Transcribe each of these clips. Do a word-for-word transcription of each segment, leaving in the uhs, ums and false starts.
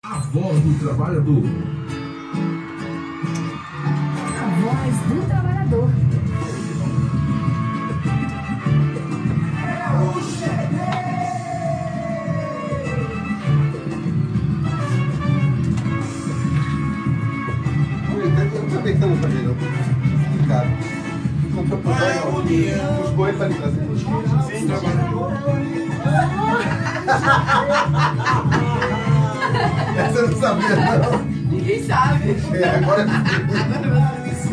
A voz do trabalhador. A voz do trabalhador. Eu cheguei. Eu também estamos fazendo explicado. Os boi para lhe trazer. Sim, trabalhador. Essa eu não sabia, não. Ninguém sabe. É, agora Agora você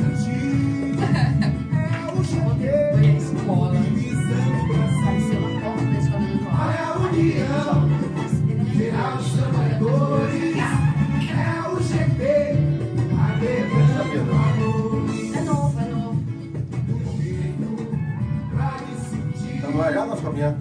foi à escola. Apareceu uma porta da escola do João. É novo, é novo. estamos lá já, nosso caminhão.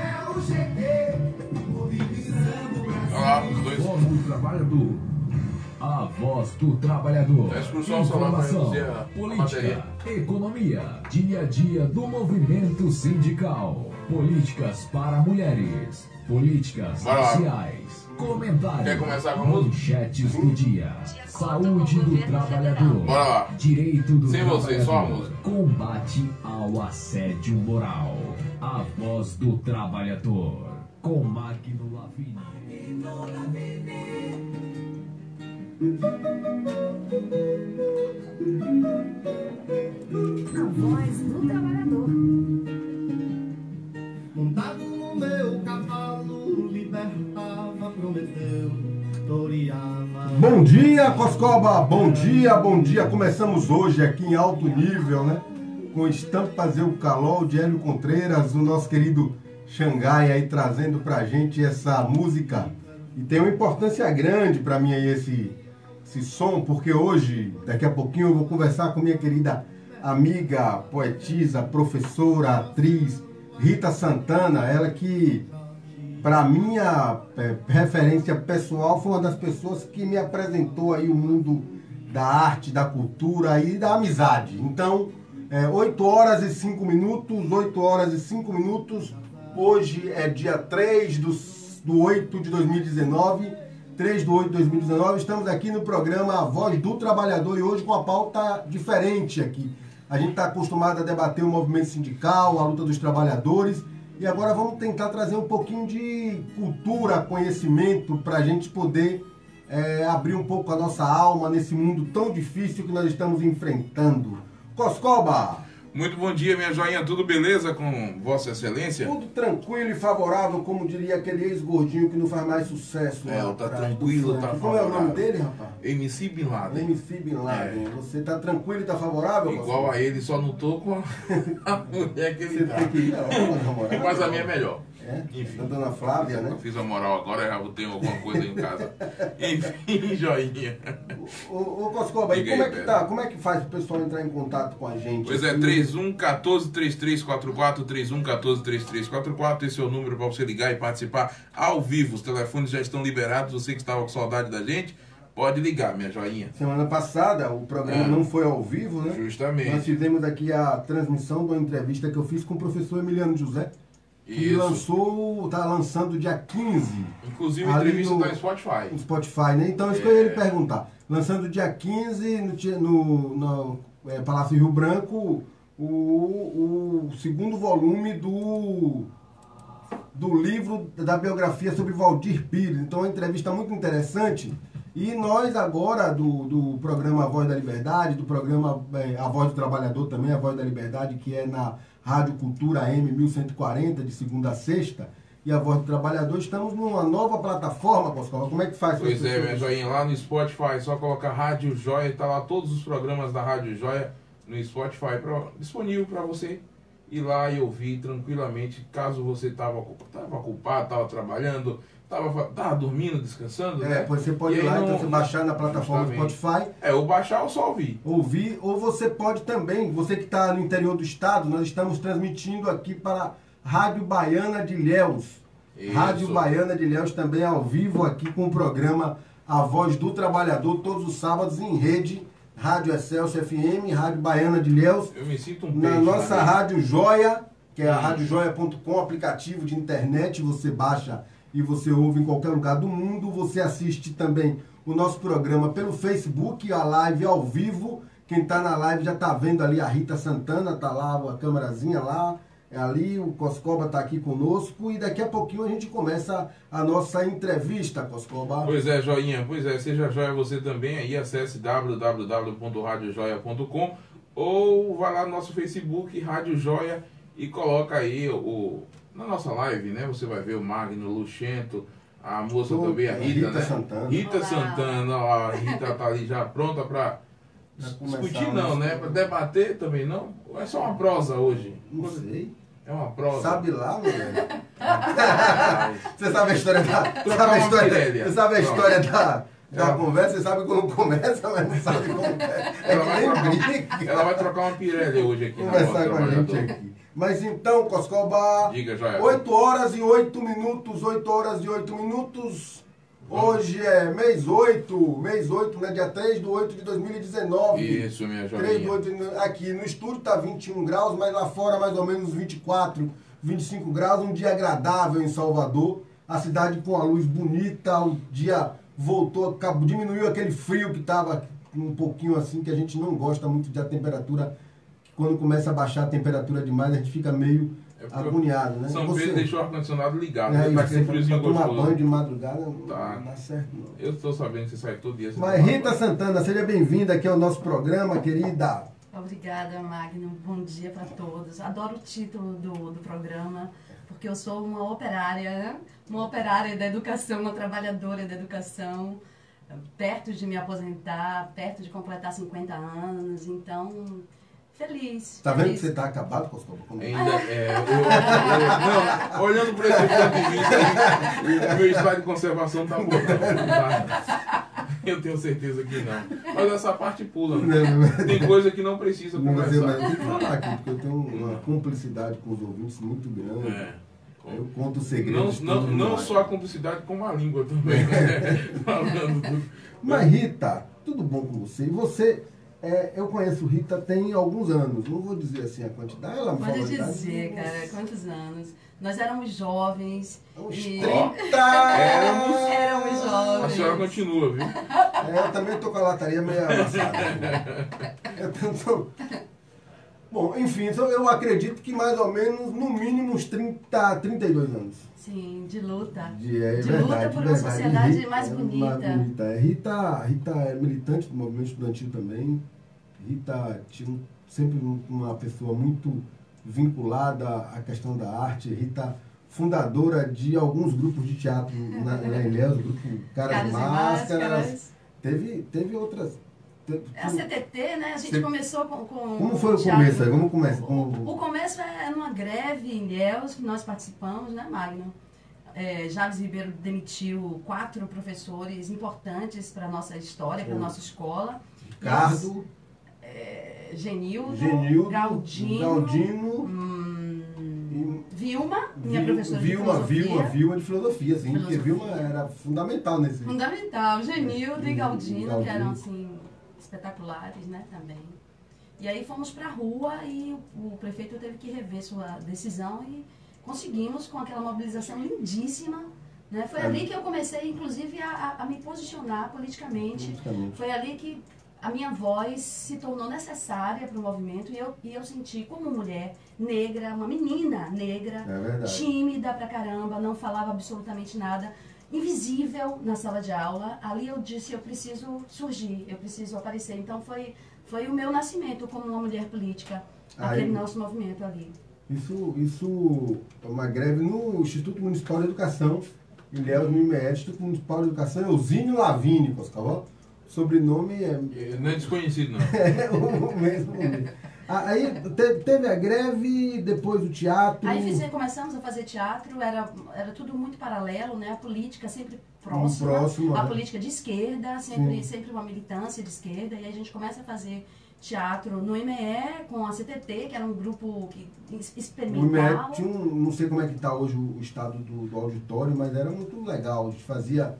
Olha lá, os dois. Voz do trabalhador. A voz do trabalhador. A excursão só lá para Informação, reduzir a- a política, economia, dia a dia do movimento sindical. Políticas para mulheres. Políticas Bora lá. sociais. Comentários. Quer começar com a música? Manchetes do dia. Saúde do trabalhador. Bora lá. Direito do Sem você, trabalhador. só a música. Combate ao assédio moral. A voz do trabalhador. Com Magno Lavini. A voz do trabalhador. Montado no meu cavalo, libertava, prometeu, toreava. Bom dia, Coscoba! Bom dia, bom dia! Começamos hoje aqui em alto nível, né? Com Estampas Eucalol de Hélio Contreiras, o nosso querido Xangai aí trazendo pra gente essa música. E tem uma importância grande pra mim aí esse, esse som, porque hoje, daqui a pouquinho, eu vou conversar com minha querida amiga, poetisa, professora, atriz, Rita Santana, ela que, para minha é, referência pessoal, foi uma das pessoas que me apresentou aí o mundo da arte, da cultura e da amizade. Então, é, oito horas e cinco minutos, oito horas e cinco minutos, hoje é dia três do oito de dois mil e dezenove, três do oito de dois mil e dezenove, estamos aqui no programa A Voz do Trabalhador e hoje com uma pauta diferente aqui. A gente está acostumado a debater o movimento sindical, a luta dos trabalhadores, e agora vamos tentar trazer um pouquinho de cultura, conhecimento, para a gente poder é, abrir um pouco a nossa alma nesse mundo tão difícil que nós estamos enfrentando. Coscoba! Muito bom dia, minha joinha. Tudo beleza com Vossa Excelência? Tudo tranquilo e favorável, como diria aquele ex-gordinho que não faz mais sucesso. É, lá tá atrás do tranquilo, funk. tá Como é o nome favorável. dele, rapaz? M C Bin Laden. M C Bin Laden. É. Você tá tranquilo e tá favorável? Igual Coscoba? a ele, só não tô com a, a mulher que ele Você tá. tem que ir, ó, namorada. Mas a minha é melhor. É? Enfim. Da dona Flávia, né? Eu fiz a moral agora, já tenho alguma coisa em casa. Enfim, joinha. Ô, ô Coscoba, e Diga como aí, é que Pedro. tá? Como é que faz o pessoal entrar em contato com a gente? Pois é, aqui? três um um quatro, três três quatro quatro, três um um quatro, três três quatro quatro, esse é o número para você ligar e participar ao vivo. Os telefones já estão liberados, você que estava com saudade da gente, pode ligar, minha joinha. Semana passada o programa É. não foi ao vivo, né? Justamente. Nós fizemos aqui a transmissão de uma entrevista que eu fiz com o professor Emiliano José, que Isso. lançou, tá lançando dia quinze. Inclusive, a Ali entrevista no- está em Spotify. no Spotify, né? Então, isso que eu ia lhe perguntar. Lançando dia quinze no, ti- no, no é, Palácio Rio Branco, o, o segundo volume do, do livro da biografia sobre Valdir Pires. Então, é uma entrevista muito interessante. E nós agora, do, do programa A Voz da Liberdade, do programa é, A Voz do Trabalhador também, A Voz da Liberdade, que é na Rádio Cultura A M mil cento e quarenta, de segunda a sexta, e A Voz do Trabalhador, estamos numa nova plataforma, Coscoba. Como é que faz? Pois pra é, pessoas? minha joinha, lá no Spotify, só colocar Rádio Joia, tá lá todos os programas da Rádio Joia no Spotify pra, disponível para você ir lá e ouvir tranquilamente, caso você tava, tava ocupado, tava trabalhando, tava, tava dormindo, descansando, É, né? pois você pode E ir aí lá, não- então você baixar na plataforma do Justamente. Spotify, É, ou baixar ou só ouvir. ouvir, ou você pode também, você que está no interior do estado, nós estamos transmitindo aqui para Rádio Baiana de Ilhéus. Isso. Rádio Baiana de Ilhéus também ao vivo aqui com o programa A Voz do Trabalhador, todos os sábados em rede, Rádio Excelsior F M, Rádio Baiana de Ilhéus, Eu me sinto um peixe. na nossa né? Rádio Joia, que é a Isso. rádio joia ponto com, aplicativo de internet, você baixa e você ouve em qualquer lugar do mundo. Você assiste também o nosso programa pelo Facebook, a live ao vivo. Quem está na live já está vendo ali a Rita Santana, está lá a câmerazinha lá, é ali, o Coscoba está aqui conosco e daqui a pouquinho a gente começa a nossa entrevista, Coscoba. Pois é, joinha, pois é, seja joia você também aí, acesse w w w ponto rádio joia ponto com ou vai lá no nosso Facebook, Rádio Joia, e coloca aí o, o, na nossa live, né? Você vai ver o Magno, o Luxento, a moça Tô, também, a Rita, Rita né? Santana. Rita Olá. Santana, ó, a Rita tá ali já pronta para discutir começar não, a né? nossa- Para debater também não. Ou é só uma prosa hoje? Não sei. É uma prosa. Sabe lá, meu velho? Rapaz. Você sabe a história da. Trocar Sabe a uma história, Pirelli. você sabe a Pronto. história da, da Ela- conversa? Você sabe como começa, mas não sabe como é. É Ela vai, que trocar, nem briga. ela vai trocar uma Pirelli hoje aqui. na Conversar Voz com a Trabalhador. gente aqui. Mas então, Coscoba, Diga, Joia. oito horas e oito minutos, oito horas e oito minutos. Hoje é mês oito, mês oito, né? Dia três de oito de dois mil e dezenove. Isso, minha três de joinha. oito, aqui no estúdio tá vinte e um graus, mas lá fora mais ou menos vinte e quatro, vinte e cinco graus. Um dia agradável em Salvador. A cidade com a luz bonita, o dia voltou, acabou, diminuiu aquele frio que estava um pouquinho assim, que a gente não gosta muito da temperatura. Quando começa a baixar a temperatura demais, a gente fica meio É porque agoniado, né? São Você- Pedro deixou o ar-condicionado ligado, é, né? e Tá você aquele friozinho pra tomar gostoso. banho de madrugada, não Tá. não dá certo não. Eu estou sabendo que você sai todo dia. você Mas toma Rita banho. Santana, seja bem-vinda aqui ao nosso programa, querida. Obrigada, Magno. Bom dia para todos. Adoro o título do, do programa, porque eu sou uma operária, né? Uma operária da educação, uma trabalhadora da educação, perto de me aposentar, perto de completar cinquenta anos, então, feliz. Tá vendo que feliz. você tá acabado, Coscoba? Como- Ainda, é, eu, eu- não, olhando por esse ponto de vista, aí, o meu estado de conservação tá bom. Não, tá. Eu tenho certeza que não. Mas essa parte pula, né? Não, não, Tem coisa que não precisa não, mas eu, mas eu conversar. tenho que falar aqui, porque eu tenho uma cumplicidade com os ouvintes muito grande. É. Eu conto Não, segredos. não, todos não nós. só a cumplicidade, como a língua também. Né? Falando do... Mas Rita, tudo bom com você? E você, é, eu conheço Rita tem alguns anos, não vou dizer assim a quantidade, ela me Pode falou a idade, dizer, mas- cara, quantos anos? Nós éramos jovens. Uns e- trinta! Éramos- Éramos A jovens. senhora continua, viu? É, eu também tô com a lataria meio amassada. Eu tô- Bom, enfim, então eu acredito que mais ou menos, no mínimo, uns trinta, trinta e dois anos. Sim, de luta. De, é De verdade, luta por uma verdade. sociedade Rita mais é bonita. bonita. É, Rita, Rita é militante do movimento estudantil também. Rita tinha um- sempre um- uma pessoa muito vinculada à questão da arte. Rita, fundadora de alguns grupos de teatro na, lá em Léus, o grupo Caras, Caras e Máscaras. Máscaras. Teve, teve outras. teve- É a C T T, né? A gente Você- começou com, com Como foi o teatro. começo aí? Vamos começar. Como... O começo é numa greve em Ilhéus que nós participamos, né, Magno? É, Jales Ribeiro demitiu quatro professores importantes para a nossa história, para a Sim. nossa escola. Ricardo, É, Genildo, Genildo, Galdino, Galdino hum, Vilma, e minha professora de Vilma, filosofia. Vilma, Vilma de filosofia, sim, porque Filosofia. Vilma era fundamental nesse. Fundamental, Genildo e E Galdino, Galdino. que eram assim, espetaculares, né, também. E aí fomos para a rua e o, o prefeito teve que rever sua decisão e conseguimos, com aquela mobilização lindíssima, né? Foi É. ali que eu comecei, inclusive, a, a- a me posicionar politicamente. Politicamente. Foi ali que a minha voz se tornou necessária para o movimento e eu, e eu senti como mulher negra, uma menina negra, É verdade. tímida pra caramba, não falava absolutamente nada, invisível na sala de aula. Ali eu disse, eu preciso surgir, eu preciso aparecer. Então foi, foi o meu nascimento como uma mulher política, Aí- aquele nosso movimento ali. Isso, isso é uma greve no Instituto Municipal de Educação, Ilhéus, no I M E D, Instituto Municipal de Educação, Eusínio Lavigne, Coscavó. Sobrenome é, Não é desconhecido, não. é o mesmo. Ah, Aí te- teve a greve, depois o teatro. Aí fiz- começamos a fazer teatro, era, era tudo muito paralelo, né? A política sempre próxima, próximo, a né? política de esquerda, sempre, Sim. sempre uma militância de esquerda, e aí a gente começa a fazer teatro no I M E, com a C T T, que era um grupo que, ex- O I M experimental. E tinha um, não sei como é que está hoje o estado do, do auditório, mas era muito legal. A gente fazia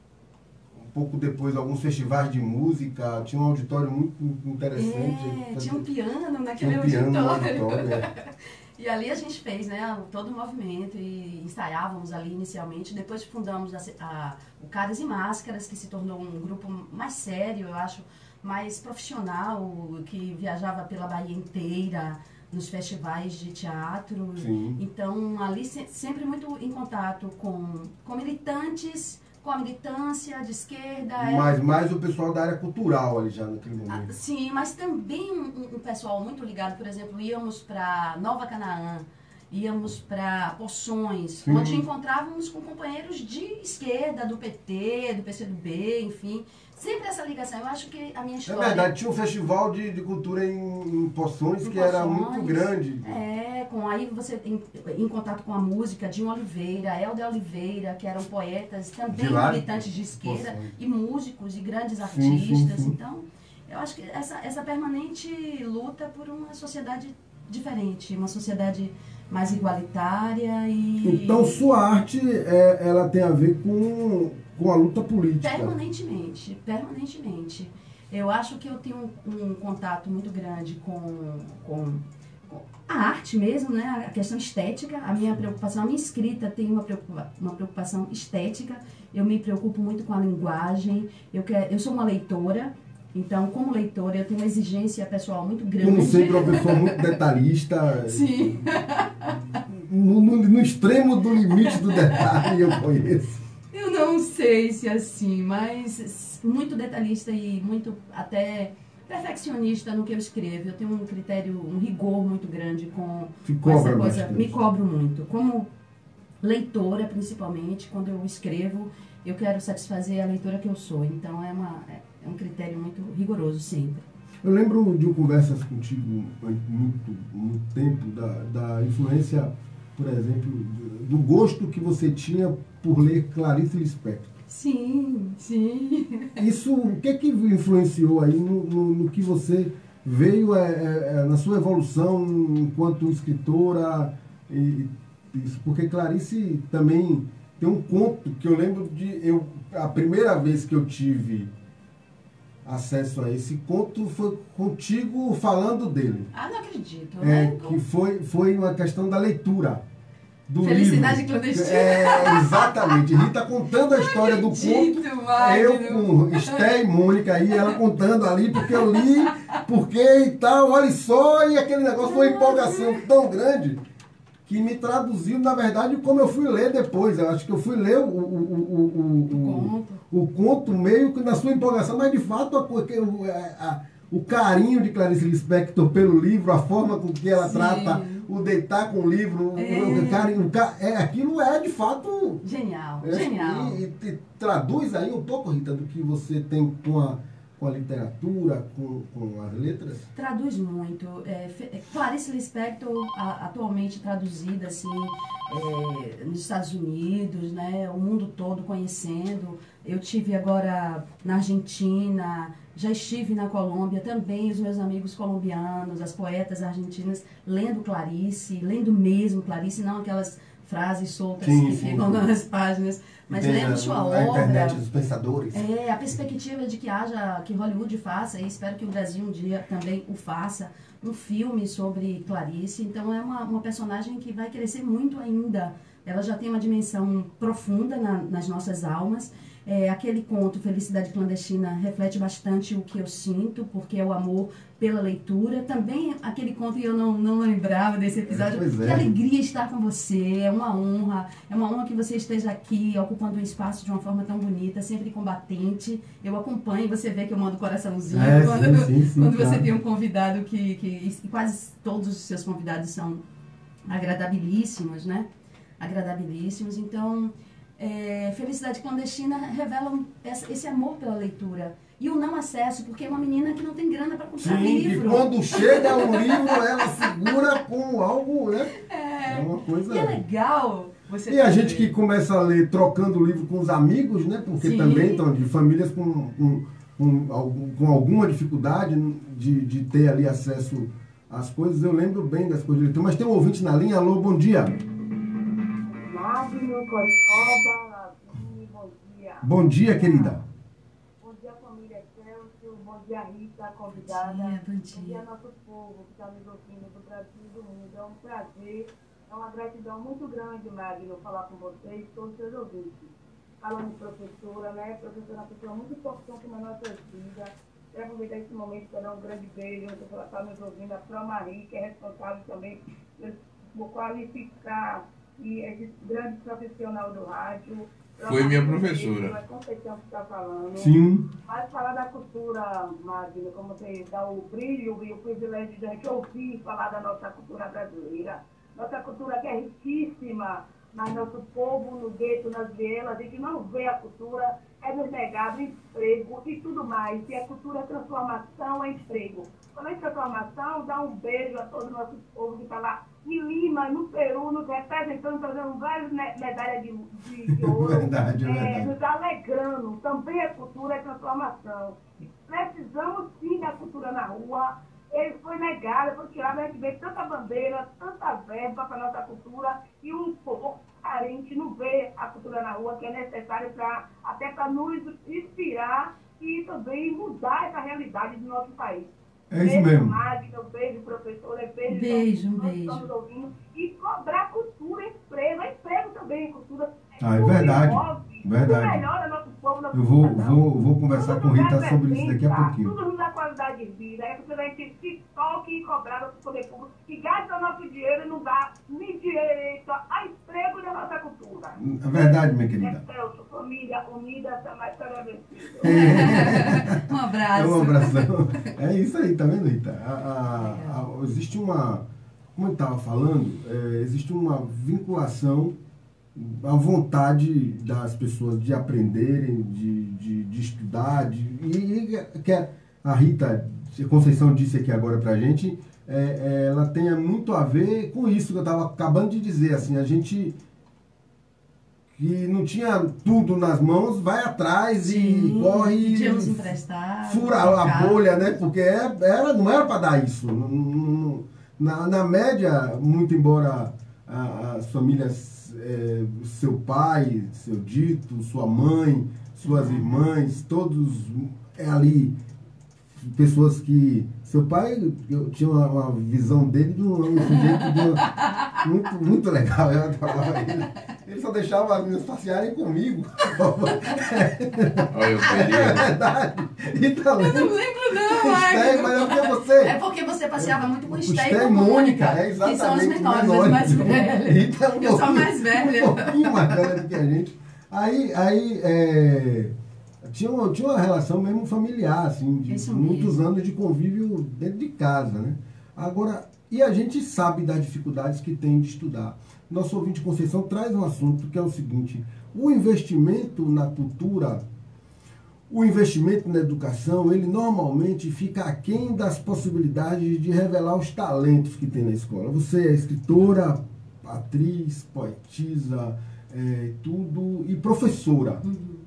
um pouco depois alguns festivais de música, tinha um auditório muito interessante. a gente É, fazia- tinha um piano naquele tinha um piano no auditório. auditório. é. E ali a gente fez, né, todo o movimento e ensaiávamos ali inicialmente. Depois fundamos a, a, o Caras e Máscaras, que se tornou um grupo mais sério, eu acho, mais profissional, que viajava pela Bahia inteira, nos festivais de teatro. Sim. Então, ali se, sempre muito em contato com, com militantes, com a militância de esquerda. Mas mais o pessoal da área cultural ali já naquele Ah, momento. sim, mas também um, um pessoal muito ligado, por exemplo, íamos para Nova Canaã, íamos para Poções, Sim. onde encontrávamos com companheiros de esquerda, do P T, do P C do B, enfim. Sempre essa ligação. Eu acho que a minha É história... verdade, tinha um festival de, de cultura em, em Poções em que era Poções, muito grande. É, com aí você em, em contato com a música, Dinho Oliveira, Helder Oliveira, que eram poetas, também De lá, militantes de esquerda, Poções. e músicos, e grandes Sim, artistas. sim, sim. Então, eu acho que essa, essa permanente luta por uma sociedade diferente, uma sociedade mais igualitária e... Então sua arte, é, ela tem a ver com, com a luta política. Permanentemente, permanentemente. Eu acho que eu tenho um, um contato muito grande com, com, com a arte mesmo, né? A questão estética, a minha preocupação, a minha escrita tem uma, preocupa, uma preocupação estética, eu me preocupo muito com a linguagem, eu, quero, eu sou uma leitora, então como leitora eu tenho uma exigência pessoal muito grande. Como sempre, uma pessoa muito detalhista. Sim. No, no, no extremo do limite do detalhe eu conheço. Eu não sei se é assim, mas muito detalhista e muito até perfeccionista no que eu escrevo. Eu tenho um critério, um rigor muito grande com, Se com essa cobra coisa. bastante. Me cobro muito. Como leitora, principalmente, quando eu escrevo, eu quero satisfazer a leitora que eu sou. Então é, uma, é um critério muito rigoroso sempre. Eu lembro de conversas contigo há muito, muito tempo, da, da influência, por exemplo, do gosto que você tinha por ler Clarice Lispector. Sim, sim. Isso, o que que influenciou aí no, no, no que você veio é, é, na sua evolução enquanto escritora? E, isso, porque Clarice também tem um conto que eu lembro de... Eu, a primeira vez que eu tive acesso a esse conto foi contigo falando dele. Ah, não acredito. É, Né? que foi, foi uma questão da leitura do Felicidade livro. clandestina. É, exatamente. Rita contando a história do acredito, conto. Magno. Eu com Esté e Mônica aí, ela contando ali, porque eu li, porque e tal, olha só, e aquele negócio foi uma empolgação tão grande que me traduziu, na verdade, como eu fui ler depois. Eu acho que eu fui ler o, o, o, o, o, o, o conto meio que na sua empolgação, mas de fato a, a, a, o carinho de Clarice Lispector pelo livro, a forma com que ela Sim. trata o deitar com o livro, É. o, o carinho, o, ca- é, aquilo é de fato... Genial, eu acho genial. que- E, e traduz aí um pouco, Rita, do que você tem com a, com a literatura, com, com as letras? Traduz muito. É, fe- é, Clarice Lispector, a- atualmente traduzida assim, é, nos Estados Unidos, né, o mundo todo conhecendo. Eu tive agora na Argentina, já estive na Colômbia também, os meus amigos colombianos, as poetas argentinas, lendo Clarice, lendo mesmo Clarice, não aquelas frases soltas Sim, que sim, ficam sim. nas páginas, mas Tem lendo a- sua a obra. internet dos pensadores. É, a perspectiva de que haja, que Hollywood faça, e espero que o Brasil um dia também o faça, um filme sobre Clarice. Então é uma, uma personagem que vai crescer muito ainda. Ela já tem uma dimensão profunda na, nas nossas almas. É, aquele conto, Felicidade Clandestina, reflete bastante o que eu sinto, porque é o amor pela leitura. Também aquele conto, e eu não, não lembrava desse episódio, Pois é. que alegria estar com você, é uma honra, é uma honra que você esteja aqui, ocupando um espaço de uma forma tão bonita, sempre combatente. Eu acompanho, você vê que eu mando coraçãozinho É, quando, sim, sim, sim, quando você claro. tem um convidado que, que... E quase todos os seus convidados são agradabilíssimos, né? Agradabilíssimos. Então... É, Felicidade Clandestina revela um- essa- esse amor pela leitura. E o não acesso, porque é uma menina que não tem grana para comprar Sim, e livro. quando chega um livro, ela segura com algo, né? É uma coisa... E é legal você E a ter- gente que começa a ler trocando livro com os amigos, né? Porque Sim. também estão de famílias com, com, com, algum- com alguma dificuldade de, de ter ali acesso às coisas. Eu lembro bem das coisas de leitura. Mas tem um ouvinte na linha. Alô, bom dia. Magno, Coricoba, Lavinho, bom dia. Bom dia, querida. Bom dia, família Celso, bom dia, Rita. da convidada. Bom dia, bom Bom dia. dia, nosso povo que está nos ouvindo do Brasil e do mundo. É um prazer, é uma gratidão muito grande, Magno, falar com vocês, todos os seus ouvintes. Falando de professora, né? Professora é uma pessoa muito importante nas nossas vidas. Quero aproveitar esse momento para dar um grande beijo, para estar nos ouvindo, a Pro Marie, que é responsável também por qualificar e esse grande profissional do rádio. Foi minha professora. A Conceição que está falando. Sim. Mas falar da cultura, Magno, como você dá o brilho e o privilégio de a gente ouvir falar da nossa cultura brasileira. Nossa cultura que é riquíssima, mas nosso povo no gueto, nas vielas, a gente não vê a cultura, é nos negado emprego e tudo mais. E a cultura é transformação, é emprego. Quando é transformação, dá um beijo a todo o nosso povo que está lá em Lima, no Peru, nos representando, trazendo várias medalhas de, de, de ouro. Verdade, é, verdade. Nos alegrando. Também a cultura é transformação. Precisamos sim da cultura na rua. Ele foi negado, foi tirado, a gente vê tanta bandeira, tanta verba para a nossa cultura e um pouco carente não vê a cultura na rua, que é necessário pra, até para nos inspirar e também mudar essa realidade do nosso país. É isso beijo, mesmo. Magno, beijo, professora, beijo, Beijo, todos um nós beijo. estamos ouvindo. E cobrar cultura, emprego, é emprego também, cultura. Ah, é Tudo verdade, envolve, verdade. Tudo melhora nosso povo, nosso Eu vou, cidadão. vou, vou conversar Tudo com Rita nos sobre isso daqui a representa, pouquinho. Tudo nos dá qualidade de vida. Aí você vai ter que toque e cobrar nosso poder público, que gasta nosso dinheiro e não dá nem direito a emprego da nossa cultura. É verdade, minha querida. Celso, família unida, está mais para vencido. Um abraço. É um abração. É isso aí, tá vendo, Rita? A, a, a, existe uma, como eu estava falando, é, existe uma vinculação, a vontade das pessoas de aprenderem, de, de, de estudar, de, e, e que a Rita, a Conceição disse aqui agora pra gente, é, é, ela tenha muito a ver com isso que eu estava acabando de dizer, assim, a gente que não tinha tudo nas mãos, vai atrás Sim, e corre pedimos e emprestado, fura a trocar. bolha, né? Porque é- era, não era para dar isso. Não- não- Na, na média, muito embora a- as famílias, é, seu pai, seu dito, sua mãe, suas irmãs, todos é ali pessoas que... Seu pai, eu tinha uma, uma visão dele de um, um sujeito de uma- muito, muito legal. Eu adorava ele. Ele só deixava as meninas passearem comigo. Olha, eu É queria. verdade. E tá Eu não lembro não, Esther, Magno. mas é porque você... É porque você passeava muito com O Esther Esther e com Mônica, é que são as exatamente menores, as menores. mais velhas. Rita é um Eu sou a pouquinho- mais velha. Um pouquinho mais velha do que a gente. Aí, aí é, tinha, uma, tinha uma relação mesmo familiar, assim, de Isso muitos mesmo. anos de convívio dentro de casa, né? Agora, e a gente sabe das dificuldades que tem de estudar. Nosso ouvinte Conceição traz um assunto que é o seguinte: o investimento na cultura, o investimento na educação, ele normalmente fica aquém das possibilidades de revelar os talentos que tem na escola. Você é escritora, atriz, poetisa, é, tudo, e professora.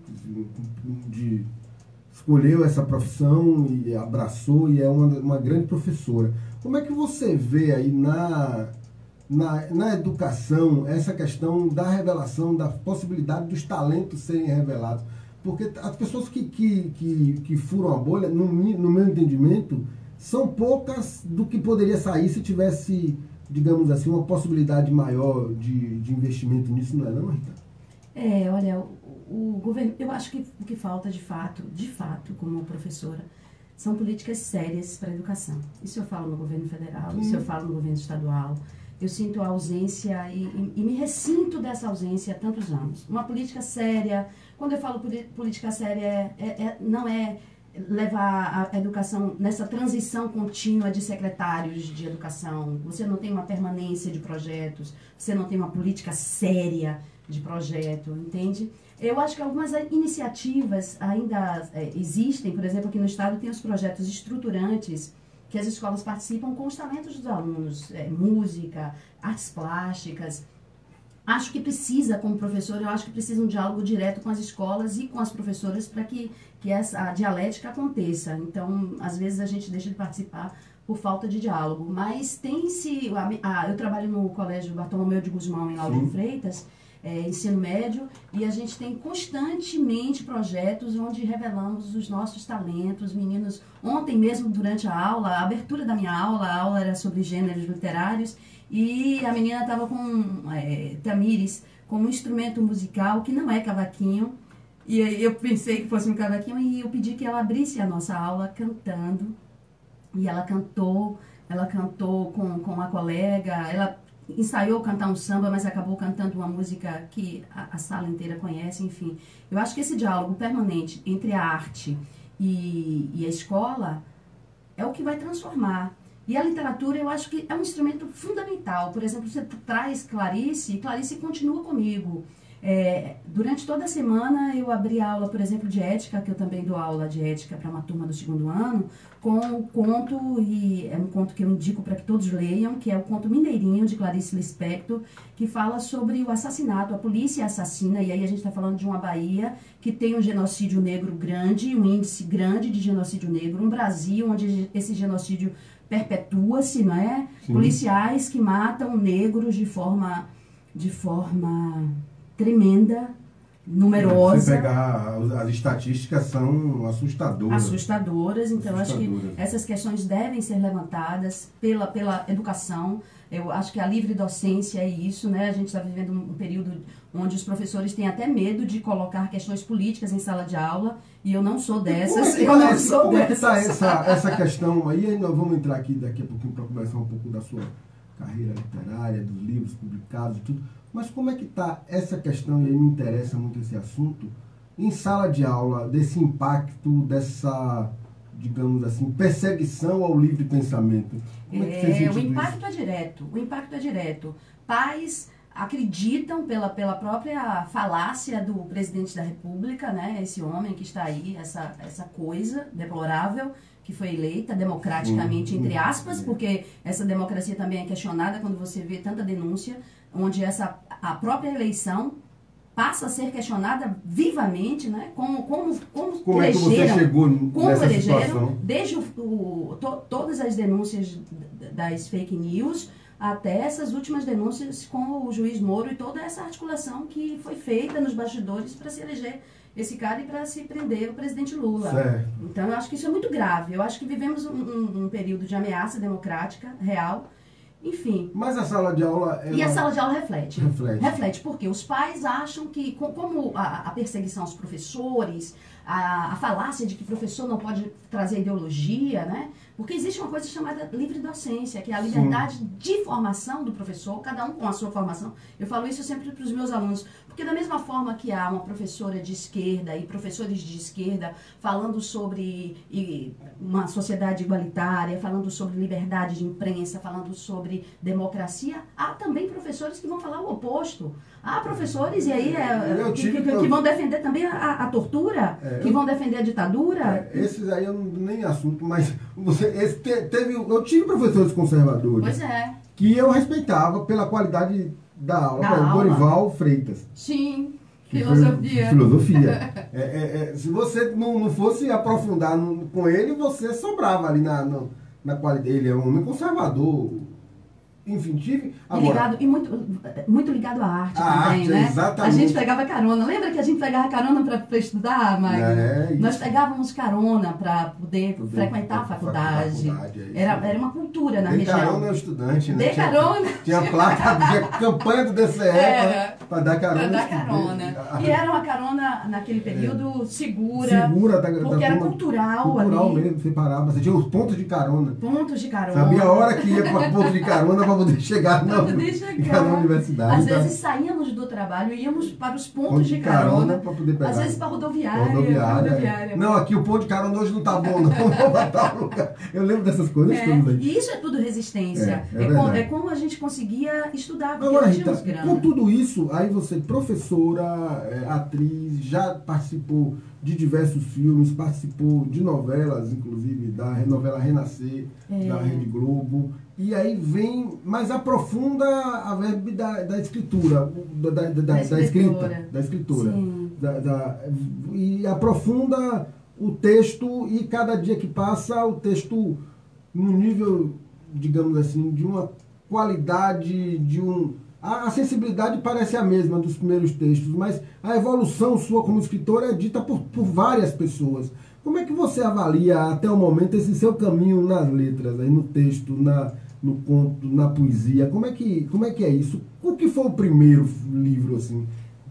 De, escolheu essa profissão e abraçou e é uma, uma grande professora. Como é que você vê aí na, na, na educação essa questão da revelação, da possibilidade dos talentos serem revelados? Porque as pessoas que, que, que, que furam a bolha, no, mi- no meu entendimento, são poucas do que poderia sair se tivesse, digamos assim, uma possibilidade maior de, de investimento nisso, não é não, Rita? É, olha, o, o governo, eu acho que o que falta de fato, de fato, como professora, são políticas sérias para a educação. Isso eu falo no governo federal, isso eu falo no governo estadual. Eu sinto a ausência e, e, e me ressinto dessa ausência há tantos anos. Uma política séria, quando eu falo poli- política séria, é, é, é- não é levar a educação nessa transição contínua de secretários de educação. Você não tem uma permanência de projetos, você não tem uma política séria de projeto, entende? Eu acho que algumas iniciativas ainda é, existem, por exemplo, aqui no estado tem os projetos estruturantes que as escolas participam com os talentos dos alunos, é, música, artes plásticas. Acho que precisa, como professor, eu acho que precisa um diálogo direto com as escolas e com as professoras para que, que essa a dialética aconteça. Então, às vezes a gente deixa de participar por falta de diálogo. Mas tem-se... a- a- Eu trabalho no Colégio Bartolomeu de Guzmão, em Lauro Sim. de Freitas, é, ensino médio, e a gente tem constantemente projetos onde revelamos os nossos talentos, meninos. Ontem mesmo, durante a aula, a abertura da minha aula, a aula era sobre gêneros literários, e a menina estava com, é, Tamires, com um instrumento musical que não é cavaquinho, e aí eu pensei que fosse um cavaquinho, e eu pedi que ela abrisse a nossa aula cantando, e ela cantou, ela cantou com, com uma colega, ela ensaiou cantar um samba, mas acabou cantando uma música que a, a sala inteira conhece, enfim. Eu acho que esse diálogo permanente entre a arte e, e a escola é o que vai transformar. E a literatura, eu acho que é um instrumento fundamental. Por exemplo, você traz Clarice, e Clarice continua comigo. É, durante toda a semana eu abri aula, por exemplo, de ética, que eu também dou aula de ética para uma turma do segundo ano, com o conto, e é um conto que eu indico para que todos leiam, que é o conto Mineirinho, de Clarice Lispector, que fala sobre o assassinato, a polícia assassina, e aí a gente está falando de uma Bahia que tem um genocídio negro grande, um índice grande de genocídio negro, um Brasil onde esse genocídio perpetua-se, não é? Sim. Policiais que matam negros de forma, de forma tremenda, numerosa. Se pegar, as estatísticas são assustadoras. Assustadoras, então assustadoras. Acho que essas questões devem ser levantadas pela, pela educação. Eu acho que a livre docência é isso, né? A gente está vivendo um período onde os professores têm até medo de colocar questões políticas em sala de aula, e eu não sou dessas. É eu não essa, sou como dessas. é que está essa, essa questão aí? Aí nós vamos entrar aqui daqui a pouquinho para conversar um pouco da sua carreira literária, dos livros publicados e tudo. Mas como é que está essa questão, e aí me interessa muito esse assunto, em sala de aula, desse impacto, dessa, digamos assim, perseguição ao livre pensamento? Como é que você É, o impacto isso? é direto, o impacto é direto. Pais acreditam pela, pela própria falácia do presidente da República, né, esse homem que está aí, essa, essa coisa deplorável, que foi eleita democraticamente, entre aspas, porque essa democracia também é questionada quando você vê tanta denúncia, onde essa, a própria eleição passa a ser questionada vivamente, né? Como, como, como, como é que você chegou como nessa elegeram, situação? desde o, o, to, todas as denúncias das fake news até essas últimas denúncias com o juiz Moro e toda essa articulação que foi feita nos bastidores para se eleger esse cara e para se prender o presidente Lula. Certo. Então, eu acho que isso é muito grave. Eu acho que vivemos um, um, um período de ameaça democrática real. Enfim. Mas a sala de aula... Ela... E a sala de aula reflete. Reflete. Reflete, porque os pais acham que, como a, a perseguição aos professores, a, a falácia de que professor não pode trazer ideologia, né? Porque existe uma coisa chamada livre docência, que é a liberdade Sim. de formação do professor, cada um com a sua formação. Eu falo isso sempre para os meus alunos, porque da mesma forma que há uma professora de esquerda e professores de esquerda falando sobre e, uma sociedade igualitária, falando sobre liberdade de imprensa, falando sobre democracia, há também professores que vão falar o oposto. Há professores, e aí, é, que, que, que vão defender também a, a tortura, é, que eu, vão defender a ditadura. É, esses aí eu não nem assunto, mas você, esse te, teve, eu tive professores conservadores. Pois é. Que eu respeitava pela qualidade da aula, da aula. Dorival Freitas. Sim, filosofia. Foi, filosofia. é, é, é, se você não, não fosse aprofundar no, com ele, você sobrava ali na, na, na qualidade. Ele é um homem conservador. Enfim, tive... Agora, e, ligado, e muito, muito ligado à arte a também, arte, né? Exatamente. A gente pegava carona. Lembra que a gente pegava carona para estudar, Magno? É, Nós pegávamos carona para poder, poder frequentar a faculdade. faculdade é era, era uma cultura na Dê região. carona ao estudante, né? Dê tinha, carona. Tinha placa, tinha campanha do D C E para dar carona. Para dar carona. E era uma carona, naquele período, é. segura. Segura, da, porque da era turma, cultural, cultural ali. mesmo, você parava. Você tinha os pontos de carona. Pontos de carona. Sabia a hora que ia para o ponto de carona para poder chegar na, poder chegar. na universidade. Às tá? vezes saímos do trabalho e íamos para os pontos ponto de, de carona. carona para poder pegar. Às vezes para rodoviária. rodoviária. rodoviária. Não, aqui o ponto de carona hoje não tá bom, não. Eu lembro dessas coisas é, todas aí. E isso é tudo resistência. É, é, é, como, é como a gente conseguia estudar, porque Agora, não Rita, tínhamos grana. com tudo isso, aí você, professora, é, atriz, já participou de diversos filmes, participou de novelas, inclusive da novela Renascer, é. da Rede Globo. E aí vem, mas aprofunda a verba da, da escritura, da, da, da, da, da escrita, da escritura. Da, da, e aprofunda o texto, e cada dia que passa o texto num nível, digamos assim, de uma qualidade, de um, A, a sensibilidade parece a mesma dos primeiros textos, mas a evolução sua como escritora é dita por, por várias pessoas. Como é que você avalia até o momento esse seu caminho nas letras, aí no texto, na, no conto, na poesia? Como é, que, como é que é isso? O que foi o primeiro livro, assim?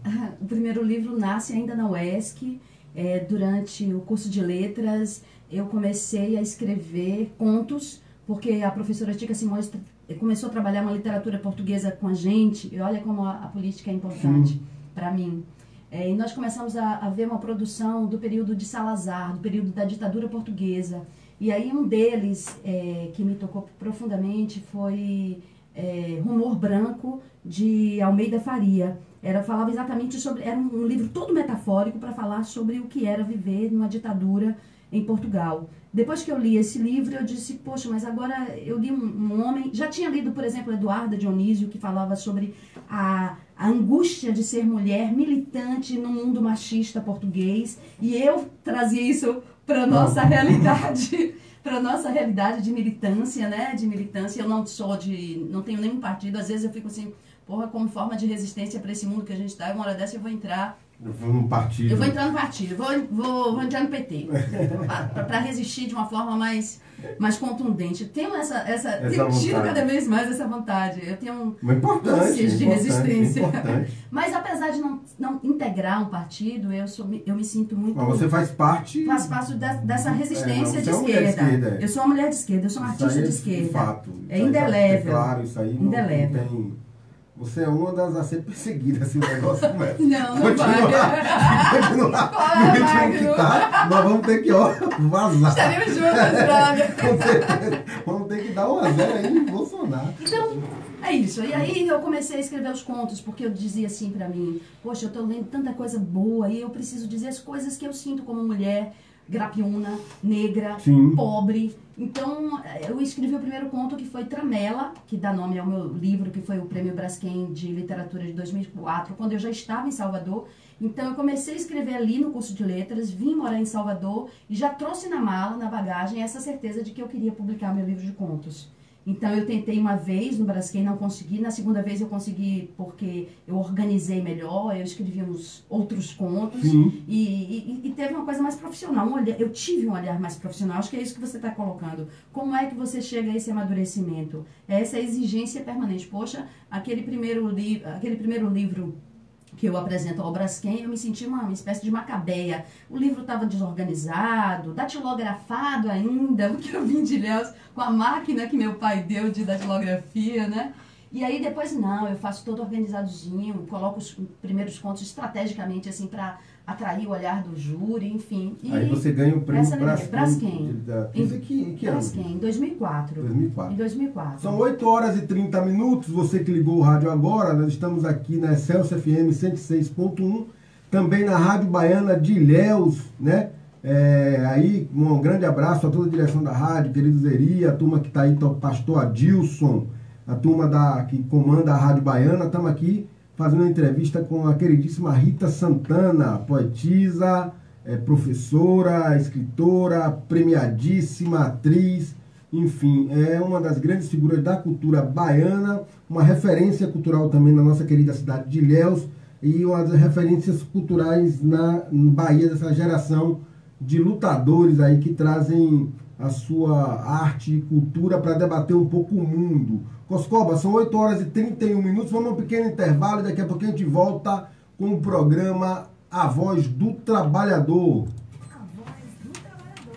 O primeiro livro nasce ainda na U E S C. É, durante o curso de letras, eu comecei a escrever contos, porque a professora Tica Simões começou a trabalhar uma literatura portuguesa com a gente, e olha como a, a política é importante para mim. É, e nós começamos a, a ver uma produção do período de Salazar, do período da ditadura portuguesa. E aí um deles, é, que me tocou profundamente, foi é, Rumor Branco, de Almeida Faria. Era, falava exatamente sobre, era um livro todo metafórico para falar sobre o que era viver numa ditadura em Portugal. Depois que eu li esse livro, eu disse, poxa, mas agora eu li um, um homem... Já tinha lido, por exemplo, Eduarda Dionísio, que falava sobre a, a angústia de ser mulher militante no mundo machista português, e eu trazia isso para a nossa realidade, para a nossa realidade de militância, né? De militância, eu não sou de... não tenho nenhum partido, às vezes eu fico assim, porra, como forma de resistência para esse mundo que a gente está, uma hora dessa eu vou entrar... Eu vou no partido. Eu vou entrar no partido, vou, vou, vou entrar no P T, para resistir de uma forma mais, mais contundente. Tenho essa, essa, essa tenho tido vontade. cada vez mais essa vontade. Eu tenho Mas importante, ânsias de importante, resistência. importante. Mas apesar de não, não integrar um partido, eu, sou, eu me sinto muito... Mas você faz parte... Faz parte da, dessa resistência É, de você é uma mulher de esquerda. esquerda, é. Eu sou uma mulher de esquerda, eu sou uma Isso artista aí é de esquerda. de fato. É Isso aí indelével. É claro, isso aí não, Indelével. não tem... Você é uma das a ser perseguidas, se o negócio começa. Não, não continuar, vai. Continuar Vai, no ritmo vai, que não. tá, nós vamos ter que, ó, vazar. Estaremos juntos, brother. Com certeza. Vamos ter que dar um a zero aí em Bolsonaro. Então, é isso. E aí eu comecei a escrever os contos, porque eu dizia assim pra mim, poxa, eu tô lendo tanta coisa boa e eu preciso dizer as coisas que eu sinto como mulher, grapiúna, negra, Sim. pobre. Então, eu escrevi o primeiro conto, que foi Tramela, que dá nome ao meu livro, que foi o Prêmio Braskem de Literatura de dois mil e quatro, quando eu já estava em Salvador. Então, eu comecei a escrever ali no curso de letras, vim morar em Salvador e já trouxe na mala, na bagagem, essa certeza de que eu queria publicar meu livro de contos. Então, eu tentei uma vez no Braskem, não consegui. Na segunda vez eu consegui porque eu organizei melhor, eu escrevi uns outros contos. Sim. E, e, e teve uma coisa mais profissional. Um olhar, eu tive um olhar mais profissional. Acho que é isso que você está colocando. Como é que você chega a esse amadurecimento? É essa exigência permanente. Poxa, aquele primeiro, li aquele primeiro livro que eu apresento ao Braskem, eu me senti uma, uma espécie de macabeia. O livro estava desorganizado, datilografado ainda, porque eu vim de Ilhéus com a máquina que meu pai deu de datilografia, né? E aí depois, não, eu faço todo organizadozinho, coloco os primeiros contos estrategicamente, assim, para atrair o olhar do júri, enfim. E Aí você ganha o prêmio essa Braskem. Braskem. Isso aqui, em que ano? Braskem, em dois mil e quatro. dois mil e quatro. Em dois mil e quatro. São oito horas e trinta minutos, você que ligou o rádio agora, nós estamos aqui na Excelsior F M cento e seis ponto um, também na Rádio Baiana de Ilhéus, né? É, aí, um grande abraço a toda a direção da rádio, querido Zeri, a turma que está aí, o pastor Adilson, a turma da, que comanda a Rádio Baiana. Estamos aqui fazendo uma entrevista com a queridíssima Rita Santana, poetisa, é, professora, escritora, premiadíssima, atriz, enfim, é uma das grandes figuras da cultura baiana, uma referência cultural também na nossa querida cidade de Ilhéus e uma das referências culturais na Bahia, dessa geração de lutadores aí que trazem a sua arte e cultura para debater um pouco o mundo. Coscoba, são oito horas e trinta e um minutos, vamos a um pequeno intervalo e daqui a pouco a gente volta com o programa A Voz do Trabalhador. A voz do trabalhador.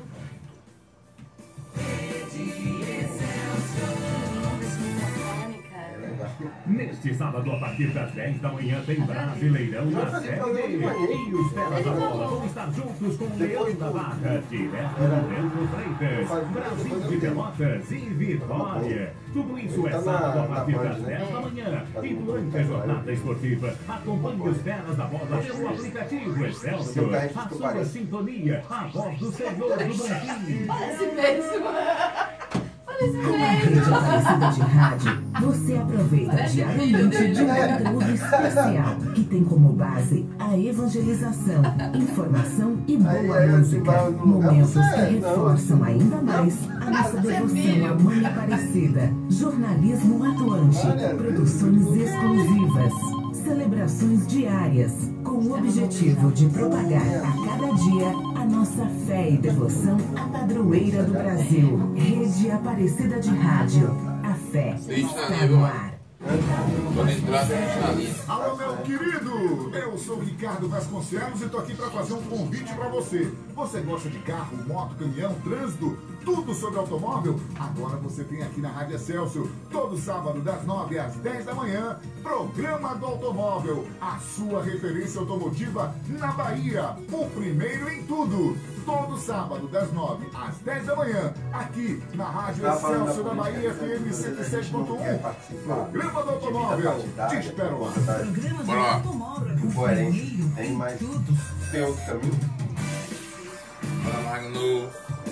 Neste sábado, a partir das dez da manhã, tem Brasileirão na Série D. E os Feras da Bola vão estar juntos com o Leão da Barra, direto do Leandro Freitas, Brasil de Pelotas e Vitória. Tudo isso é sábado a partir das dez da manhã. E durante a jornada esportiva, acompanhe os Feras da Bola pelo aplicativo Excelsior. A sua sintonia, a voz do Senhor do Banquinho. Parece mesmo. Olha Rede Aparecida de Rádio, você aproveita diariamente de um conteúdo especial que tem como base a evangelização, informação e boa música. Momentos que reforçam ainda mais a nossa devoção à Mãe Aparecida. Jornalismo atuante, produções exclusivas, celebrações diárias, com o objetivo de propagar a cada dia a nossa fé e devoção à padroeira do Brasil. Rede Aparecida de Rádio. A fé está no ar. Quando entrar, tem gente na linha. Alô, meu querido! Eu sou o Ricardo Vasconcelos e estou aqui para fazer um convite para você. Você gosta de carro, moto, caminhão, trânsito, tudo sobre automóvel? Agora você tem aqui na Rádio Excelsior, todo sábado das nove às dez da manhã, Programa do Automóvel, a sua referência automotiva na Bahia, o primeiro em tudo. Todo sábado das nove às dez da manhã, aqui na Rádio Excelsior da Bahia, F M cento e seis ponto um. Programa do Automóvel, te espero lá. Bora lá. Incoerente. Tem mais. Tem outro caminho? Bora, Magno.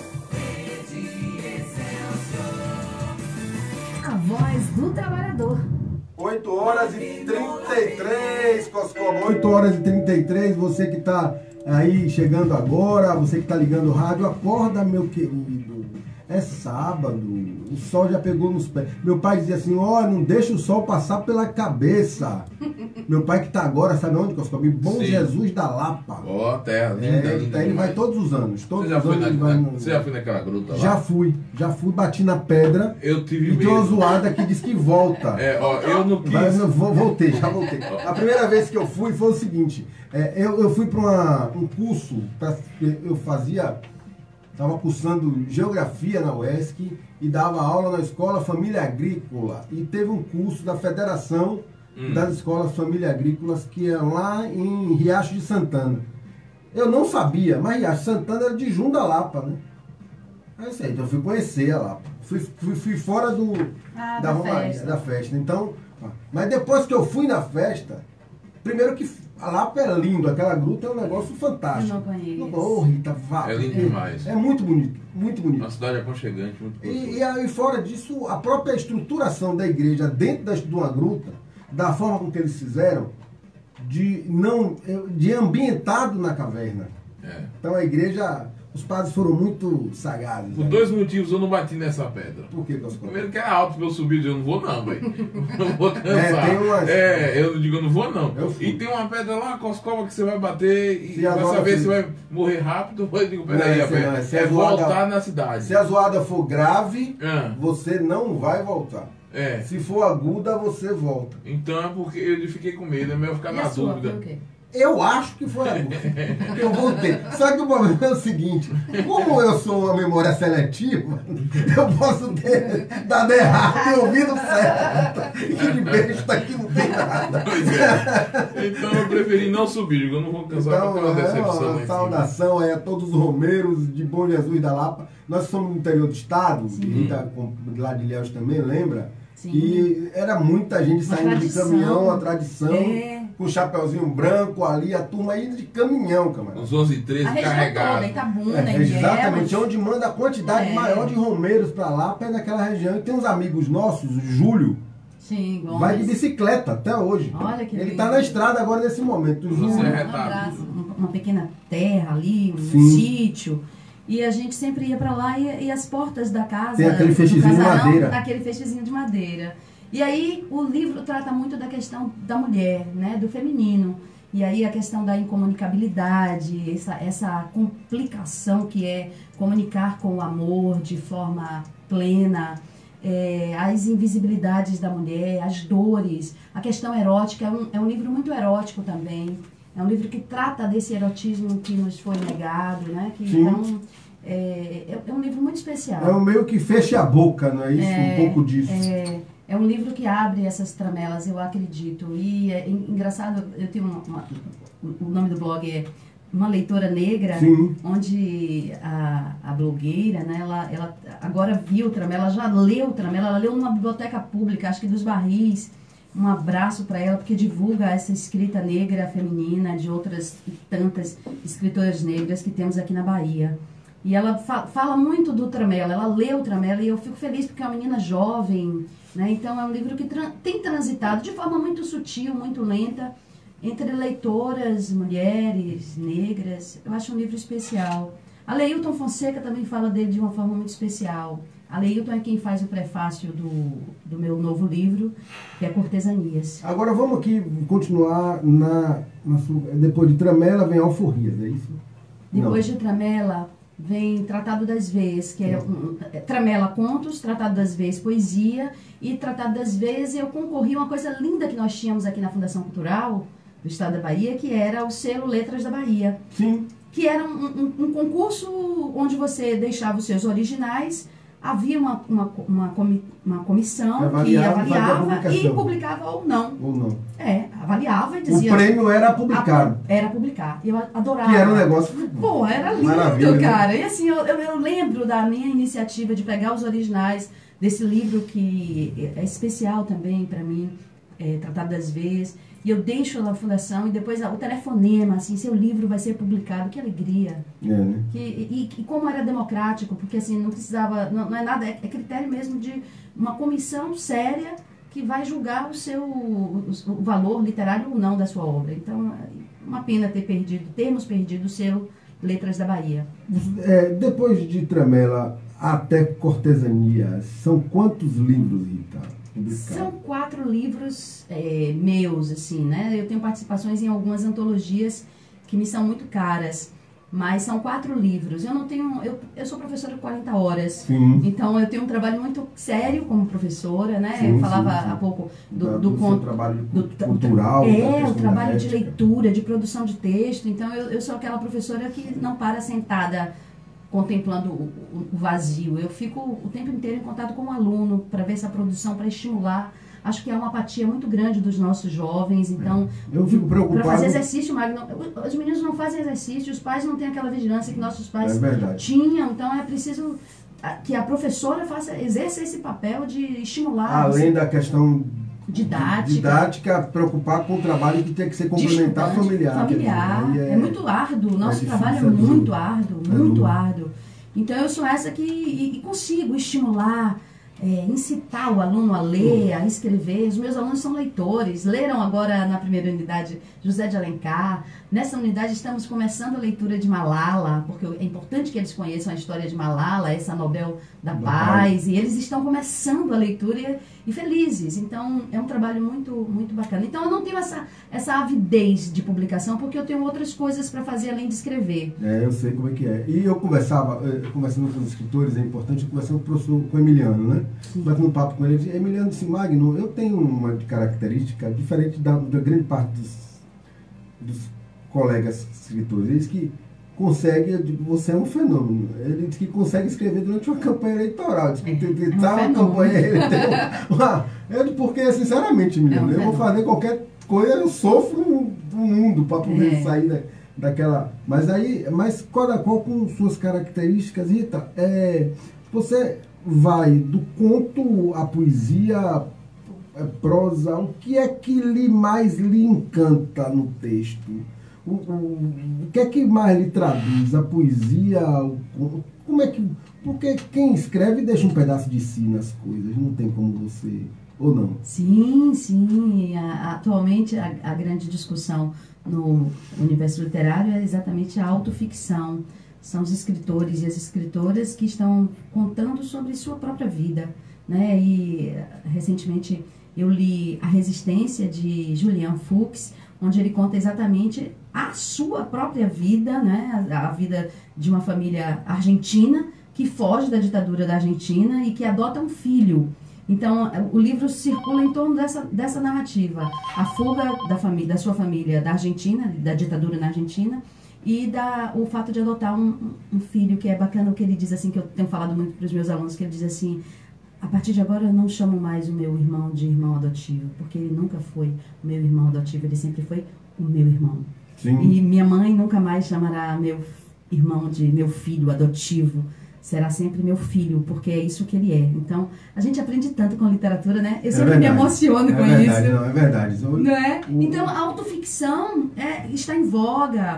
A voz do trabalhador. oito horas e trinta e três, Coscoba. oito horas e trinta e três, você que está aí chegando agora, você que está ligando o rádio, acorda, meu querido. É sábado, o sol já pegou nos pés. Meu pai dizia assim, ó, não deixa o sol passar pela cabeça. Meu pai que está agora, sabe onde, Coscoba? Bom Sim. Jesus da Lapa. Ó, terra linda, É, linda. ele vai demais. todos os anos. Todos Você já, os foi anos na, ele vai na- no- você já foi naquela gruta lá? Já fui, já fui, bati na pedra. Eu tive E tem uma medo. zoada que diz que volta. É, ó, eu não quis. Mas eu vou- voltei, já voltei. A primeira vez que eu fui foi o seguinte, é, eu, eu fui para um curso, pra, eu fazia, estava cursando Geografia na U E S C e dava aula na Escola Família Agrícola. E teve um curso da Federação Hum. das Escolas Família Agrícolas, que é lá em Riacho de Santana. Eu não sabia, mas Riacho de Santana era de Junda Lapa, né? É isso aí, então eu fui conhecer a Lapa. Fui, fui, fui fora do, Ah, da da Romaria, festa. da festa. Então, ó, mas depois que eu fui na festa, primeiro que a Lapa é lindo, aquela gruta é um negócio fantástico. Eu não conheço. Ô, Rita, vá. É lindo demais. É muito bonito, muito bonito. Uma cidade aconchegante, muito E, gostoso. e aí, fora disso, a própria estruturação da igreja dentro da, de uma gruta, da forma com que eles fizeram, de não de ambientado na caverna. É. Então a igreja, os padres foram muito sagazes. Por né? dois motivos eu não bati nessa pedra. Por que, Coscoba? Primeiro que era alto pra eu subir, eu não vou não, velho. Não vou cansar. É, tem umas- É, eu digo, eu não vou não. Eu fui. E tem uma pedra lá, Coscova, que você vai bater e Se a vai zoada saber se for- vai morrer rápido. Eu digo, Não, peraí, esse não, rapaz, esse é é zoada- voltar na cidade. Se a zoada for grave, Ah, você não vai voltar. é. Se for aguda, você volta. Então é porque eu fiquei com medo, é melhor ficar E na a sua, dúvida. foi o quê? Eu acho que foi aguda. Eu voltei. Só que o problema é o seguinte: como eu sou uma memória seletiva, eu posso ter dado errado e ouvido certo. Que de besta aqui não tem nada. Pois é. Então eu preferi não subir, digo, eu não vou cansar Então, pra ter uma é decepção lá uma em cima. saudação aí a todos os romeiros de Bom Jesus da Lapa. Nós somos no interior do estado, Sim. Rita, com- lá de Ilhéus também, lembra? Sim. E era muita gente Uma saindo de tradição. caminhão, a tradição, É. com o chapeuzinho branco ali, a turma indo de caminhão, camarada. Os onze e treze A região toda, carregados. Itabuna, É, Ilhéus. exatamente, onde manda a quantidade É. maior de romeiros pra lá, é naquela região. E tem uns amigos nossos, o Júlio, Sim, Gomes. vai de bicicleta até hoje. Olha que Ele lindo. tá na estrada agora nesse momento. O Você Júlio, é Um abraço, retado. um- uma pequena terra ali, um Sim. sítio. E a gente sempre ia pra lá e, e as portas da casa. Tem aquele do feixezinho de casarão, madeira. Aquele feixezinho de madeira. E aí o livro trata muito da questão da mulher, né, do feminino. E aí a questão da incomunicabilidade, essa, essa complicação que é comunicar com o amor de forma plena, é, as invisibilidades da mulher, as dores, a questão erótica. É um, é um livro muito erótico também. É um livro que trata desse erotismo que nos foi negado, né? Que, Sim. então, é, é, é um livro muito especial. é o meio que fecha a boca, não é isso? É, um pouco disso. É, é um livro que abre essas tramelas, eu acredito. E é en- engraçado, eu tenho uma, uma- o nome do blog é Uma Leitora Negra, Sim. onde a, a blogueira, né, ela, ela agora viu o tramela, ela já leu o tramela, ela leu numa biblioteca pública, acho que dos Barris. Um abraço para ela, porque divulga essa escrita negra feminina de outras tantas escritoras negras que temos aqui na Bahia. E ela fa fala muito do Tramela, ela leu o Tramela e eu fico feliz porque é uma menina jovem, né? Então é um livro que tra tem transitado de forma muito sutil, muito lenta, entre leitoras, mulheres, negras. Eu acho um livro especial. A Leilton Fonseca também fala dele de uma forma muito especial. A Leilton é quem faz o prefácio do, do meu novo livro, que é Cortesanias. Agora vamos aqui continuar na, na sua, depois de Tramela vem Alforrias, é isso? Depois Não. de Tramela vem Tratado das Veias, que é, um, é Tramela Contos, Tratado das Veias Poesia, e Tratado das Veias eu concorri a uma coisa linda que nós tínhamos aqui na Fundação Cultural do Estado da Bahia, que era o selo Letras da Bahia. Sim. Que era um, um, um concurso onde você deixava os seus originais, havia uma, uma, uma, comi, uma comissão que avaliava, avaliava e publicava ou não. Ou não. É, avaliava e dizia... O prêmio era publicado. A, era publicar. Eu adorava. Que era um negócio... Pô, era lindo, maravilha, cara. Né? E assim, eu, eu, eu lembro da minha iniciativa de pegar os originais desse livro que é especial também para mim, é, Tratado das Veias. E eu deixo na fundação e depois o telefonema, assim, seu livro vai ser publicado, que alegria. É, né? Que, e, e como era democrático, porque assim, não precisava, não, não é nada, é, é critério mesmo de uma comissão séria que vai julgar o seu o, o valor literário ou não da sua obra. Então, é uma pena ter perdido, termos perdido o selo Letras da Bahia. É, depois de Tramela até Cortesanias, são quantos livros, Rita? São quatro livros é, meus, assim, né? Eu tenho participações em algumas antologias que me são muito caras, mas são quatro livros. Eu não tenho... Eu, eu sou professora de quarenta horas, sim. Então eu tenho um trabalho muito sério como professora, né? Sim, eu falava sim, sim. há pouco do, da, do, do, do trabalho do, cultural. É, o trabalho de leitura, de produção de texto. Então eu, eu sou aquela professora que não para sentada contemplando o, o vazio. Eu fico o tempo inteiro em contato com o aluno para ver essa produção, para estimular. Acho que é uma apatia muito grande dos nossos jovens, então... Eu fico preocupado... Para fazer exercício, Magno, os meninos não fazem exercício, os pais não têm aquela vigilância que nossos pais é tinham, então é preciso que a professora faça, exerça esse papel de estimular... Além você, da questão... Didática. Didática, preocupar com o trabalho que tem que ser complementar familiar. Familiar. Dizer, é, é muito árduo. O nosso é trabalho é muito árduo, é muito duro. árduo. Então eu sou essa que e, e consigo estimular, é, incitar o aluno a ler, a escrever. Os meus alunos são leitores. Leram agora na primeira unidade José de Alencar. Nessa unidade estamos começando a leitura de Malala, porque é importante que eles conheçam a história de Malala, essa Nobel da Paz, e eles estão começando a leitura e, e felizes. Então, é um trabalho muito, muito bacana. Então, eu não tenho essa, essa avidez de publicação, porque eu tenho outras coisas para fazer além de escrever. É, eu sei como é que é. E eu conversava, conversando com os escritores, é importante, conversando com o professor, com o Emiliano, né? Batendo um papo com ele, Emiliano disse, Magno, eu tenho uma característica diferente da, da grande parte dos, dos colegas escritores. Ele diz que consegue, eu digo, você é um fenômeno. Ele diz que consegue escrever durante uma campanha eleitoral. Diz que é, é um tá uma campanha, ele tem uma, eu digo, porque, sinceramente, menino, é um eu vou fazer qualquer coisa, eu sofro do mundo para poder é. sair da, daquela. Mas aí, mas qual a qual com suas características, Rita? É, você vai do conto à poesia, prosa, o que é que lhe mais lhe encanta no texto? O, o, o que é que mais lhe traduz? A poesia? O, como é que... Porque quem escreve deixa um pedaço de si nas coisas, não tem como você... Ou não? Sim, sim. A, atualmente a, a grande discussão no universo literário é exatamente a autoficção. São os escritores e as escritoras que estão contando sobre sua própria vida, né? E recentemente eu li A Resistência, de Julian Fuchs, onde ele conta exatamente a sua própria vida, né? A, a vida de uma família argentina que foge da ditadura da Argentina e que adota um filho. Então, o livro circula em torno dessa, dessa narrativa. A fuga da, família, da sua família da Argentina, da ditadura na Argentina, e da, o fato de adotar um, um filho, que é bacana o que ele diz, assim, que eu tenho falado muito para os meus alunos, que ele diz assim, a partir de agora eu não chamo mais o meu irmão de irmão adotivo, porque ele nunca foi o meu irmão adotivo, ele sempre foi o meu irmão. Sim. E minha mãe nunca mais chamará meu irmão de meu filho adotivo, será sempre meu filho, porque é isso que ele é. Então, a gente aprende tanto com literatura, né? Eu sempre é me emociono é com verdade, isso. Não, é verdade. Não é? Então, a autoficção é, está em voga.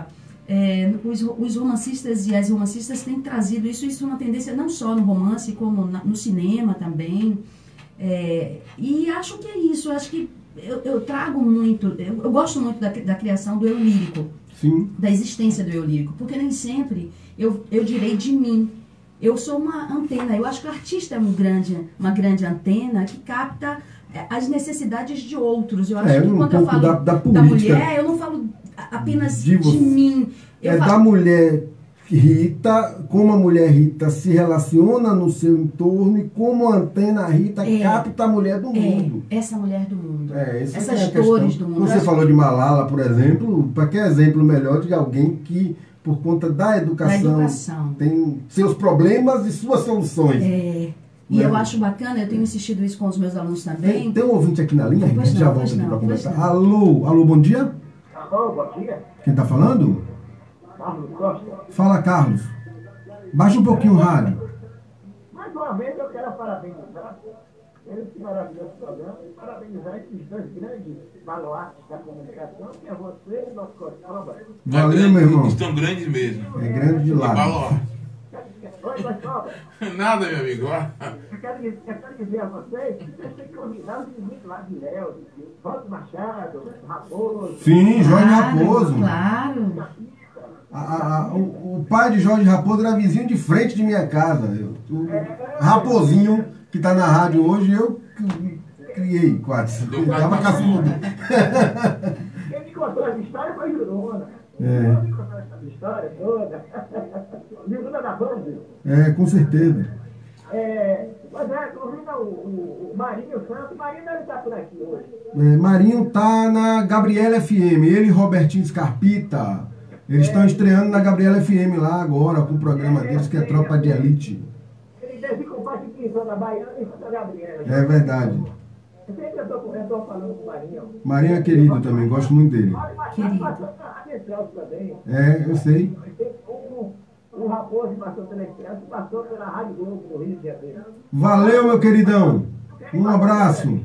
É, os, os romancistas e as romancistas têm trazido isso, isso é uma tendência não só no romance, como na, no cinema também. É, e acho que é isso, acho que eu, eu trago muito, eu, eu gosto muito da, da criação do eu lírico, Sim. da existência do eu lírico, porque nem sempre eu, eu direi de mim. Eu sou uma antena, eu acho que o artista é um grande, uma grande antena que capta as necessidades de outros. Eu acho É, que um quando eu pouco falo da- da da, política. mulher, eu não falo apenas De de, você. mim. Eu É falo, da mulher Rita, como a mulher Rita se relaciona no seu entorno e como a antena Rita É. capta a mulher do mundo. é, essa mulher do mundo. É, essa essas é a dores questão. do mundo. Você Eu falou de Malala, por exemplo, para que exemplo melhor de alguém que, por conta da educação, Da educação. tem seus problemas e suas soluções. É, e Né? eu acho bacana, eu tenho insistido isso com os meus alunos Tem, também. tem um ouvinte aqui na linha, a Pois gente não, já pois volta aqui não, para pois conversar. não. Alô, alô, bom dia? Alô, bom dia. Quem está falando? Carlos Costa. Fala, Carlos. Baixa um pouquinho o rádio. Mais uma vez eu quero parabenizar esse maravilhoso programa e parabenizar esses dois grandes baluartes da comunicação, que é você e o nosso Coscoba. Valeu, grande, meu irmão. Estão grandes mesmo. É grande de E lado. baló. Oi, Coscoba. Nada, meu amigo. Eu quero, dizer, eu quero dizer a vocês que vocês têm que convidar os meninos lá de Léo, Walter Machado, Raposo. Sim, Jorge Claro, Raposo. Claro. A- a- a- o, o pai de Jorge Raposo era vizinho de frente de minha casa. Eu, o Raposinho, que está na rádio hoje, eu cri- criei quase. Deu Eu tava caçudo. Quem me contou essa história foi Juruna. É. Juruna me contou essa história toda. Juruna da Band. É, com certeza. É, mas é, convida o, o, o Marinho Santos. O Marinho deve estar por aqui hoje. É, Marinho tá na Gabriela F M. Ele e Robertinho Scarpita. Eles estão estreando na Gabriela F M lá agora, com o programa deles que é Tropa de Elite. Ele deve compartilhar na Baiana e Santa Gabriela. É verdade. Eu sempre estou falando com o Marinho. Marinho é querido também, gosto muito dele. Querido. Passou pela Rádio Celso também. É, eu sei. O, o Raposo passou pela Celso e passou pela Rádio Globo do Rio de Janeiro. Valeu, meu queridão. Um abraço.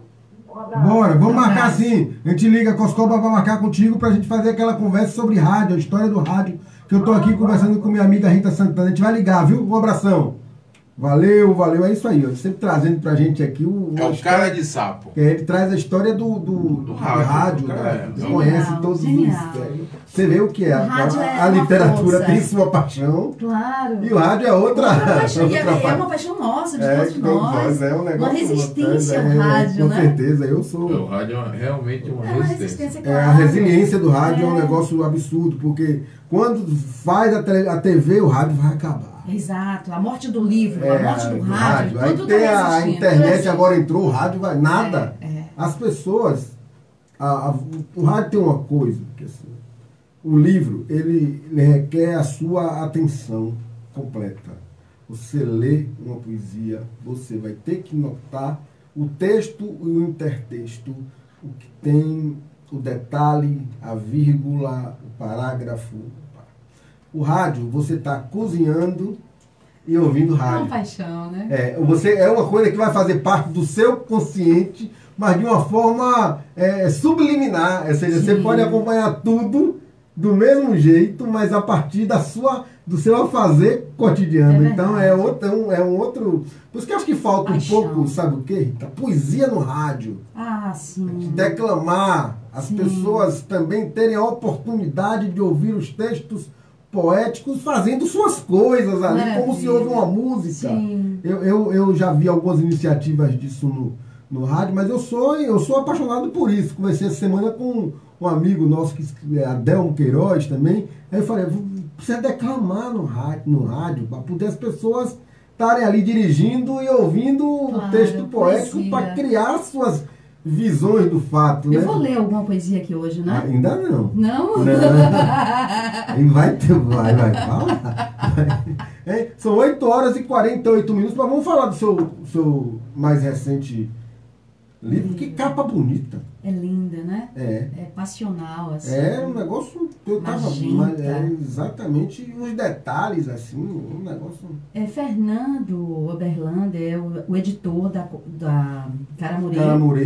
Bora, vamos marcar sim. A gente liga, Coscoba vai marcar contigo pra gente fazer aquela conversa sobre rádio, a história do rádio, que eu tô aqui conversando com minha amiga Rita Santana. A gente vai ligar, viu? Um abração. Valeu, valeu. É isso aí, ó. Sempre trazendo pra gente aqui o. É o cara de sapo. É, ele traz a história do, do, do rádio, rádio, cara, né? é. Ele Genial, conhece todos genial. os. é, Você vê o que é. O A, rádio a- é a uma literatura força. tem sua paixão Claro. e o rádio é outra. Outra paixão, e é, outra é parte. uma paixão nossa, de É, todos de todos nós. nós, é um negócio uma resistência ao é, rádio, com né? certeza, eu sou. O rádio é realmente uma É uma resistência. resistência, É, claro. a resiliência do rádio é. um É. negócio absurdo, porque quando faz a, tele- a T V, o rádio vai acabar. Exato, a morte do livro, É, a morte do rádio, Aí tudo tem tá a resistindo, internet, tudo agora entrou, o rádio vai. Nada. É, é. As pessoas. a- a- o rádio tem uma coisa, que assim, o livro, ele, ele requer a sua atenção completa. Você lê uma poesia, você vai ter que notar o texto e o intertexto, o que tem o detalhe, a vírgula, o parágrafo. O rádio, você está cozinhando e ouvindo É uma rádio. paixão, né? É, você, é uma coisa que vai fazer parte do seu consciente, mas de uma forma é, subliminar. Ou seja, você Sim. pode acompanhar tudo do mesmo jeito, mas a partir da sua, do seu afazer cotidiano. É então é, outro, é, um, é um outro. Por isso que eu acho que falta Paixão. um pouco, sabe o quê, Rita? Poesia no rádio. Ah, sim. Declamar. As Sim. pessoas também terem a oportunidade de ouvir os textos poéticos fazendo suas coisas ali, como se Maravilha. ouve uma música. Sim. Eu, eu, eu já vi algumas iniciativas disso no, no rádio, mas eu sou, eu sou apaixonado por isso. Comecei essa semana com um amigo nosso, que é Adelmo Queiroz também. Aí eu falei, precisa declamar no rádio, no rádio para poder as pessoas estarem ali dirigindo e ouvindo Claro, o texto poético poesia. para criar suas visões do fato. Eu né? vou ler alguma poesia aqui hoje, né? Ainda não. Não? Não. Aí vai ter, vai, vai, fala. É, são oito horas e quarenta e oito minutos, mas vamos falar do seu, seu mais recente livro. Que capa bonita. É linda, né? É. É passional, assim. É um negócio. Eu tava. Magenta. Mas é exatamente os detalhes, assim, um negócio. É Fernando Oberlander, é o, o editor da, da Caramurê. Caramurê.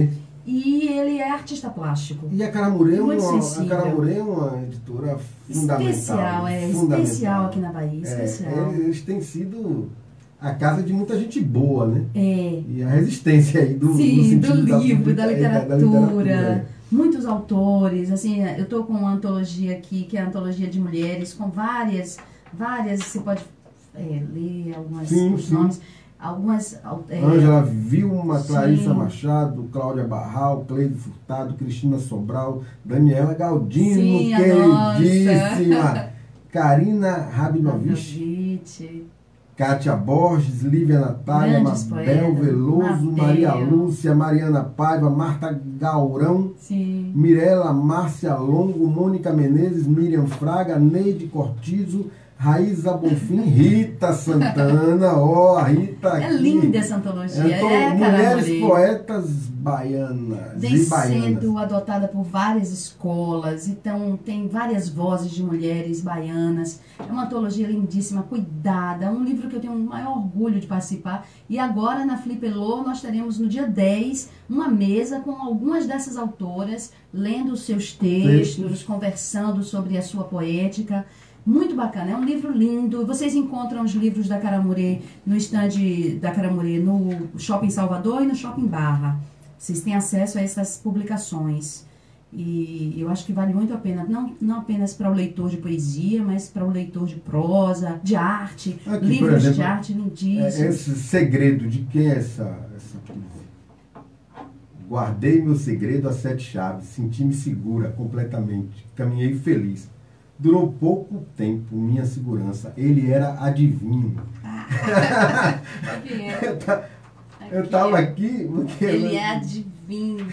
e ele é artista plástico. E a Caramurê é uma, Muito a sensível. Caramurê é uma editora fundamental. Especial, é, fundamental. especial aqui na Bahia, É, especial. eles têm sido a casa de muita gente boa, né? É. E a resistência aí do, Sim, no do sentido da livro, da publica- é, literatura, da literatura. muitos autores, assim, eu estou com uma antologia aqui, que é a antologia de mulheres, com várias, várias, você pode é, ler algumas Sim, os sim. nomes, algumas... É, Ângela Vilma, Clarissa sim. Machado, Cláudia Barral, Cleide Furtado, Cristina Sobral, Daniela Galdino, Sim, a queridíssima, Karina Rabinovich, Rabinovich, Kátia Borges, Lívia Natália, Grandes Mabel poetas, Veloso, Mabel. Maria Lúcia, Mariana Paiva, Marta Gaurão, sim. Mirela, Márcia Longo, Mônica Menezes, Miriam Fraga, Neide Cortizo, Raíza Bonfim, Rita Santana, ó, a Rita É aqui. linda essa antologia, Então, é, Mulheres Caramurê. Poetas Baianas Vem e Baianas. sendo adotada por várias escolas, então tem várias vozes de mulheres baianas. É uma antologia lindíssima, cuidada, um livro que eu tenho o maior orgulho de participar. E agora na Flipelô nós teremos no dia dez uma mesa com algumas dessas autoras, lendo os seus textos, Textos. conversando sobre a sua poética. Muito bacana, é um livro lindo. Vocês encontram os livros da Caramurê no estande da Caramurê no Shopping Salvador e no Shopping Barra. Vocês têm acesso a essas publicações. E eu acho que vale muito a pena, não, não apenas para o leitor de poesia, mas para o leitor de prosa, de arte, Aqui, por livros exemplo, de arte É, lindíssimos. esse segredo, de quem é essa, essa poesia? Guardei meu segredo a sete chaves, senti-me segura completamente, caminhei feliz. Durou pouco tempo minha segurança, ele era adivinho. Aqui é. Eu ta- Eu Aqui tava é. aqui porque... Ele é adivinho.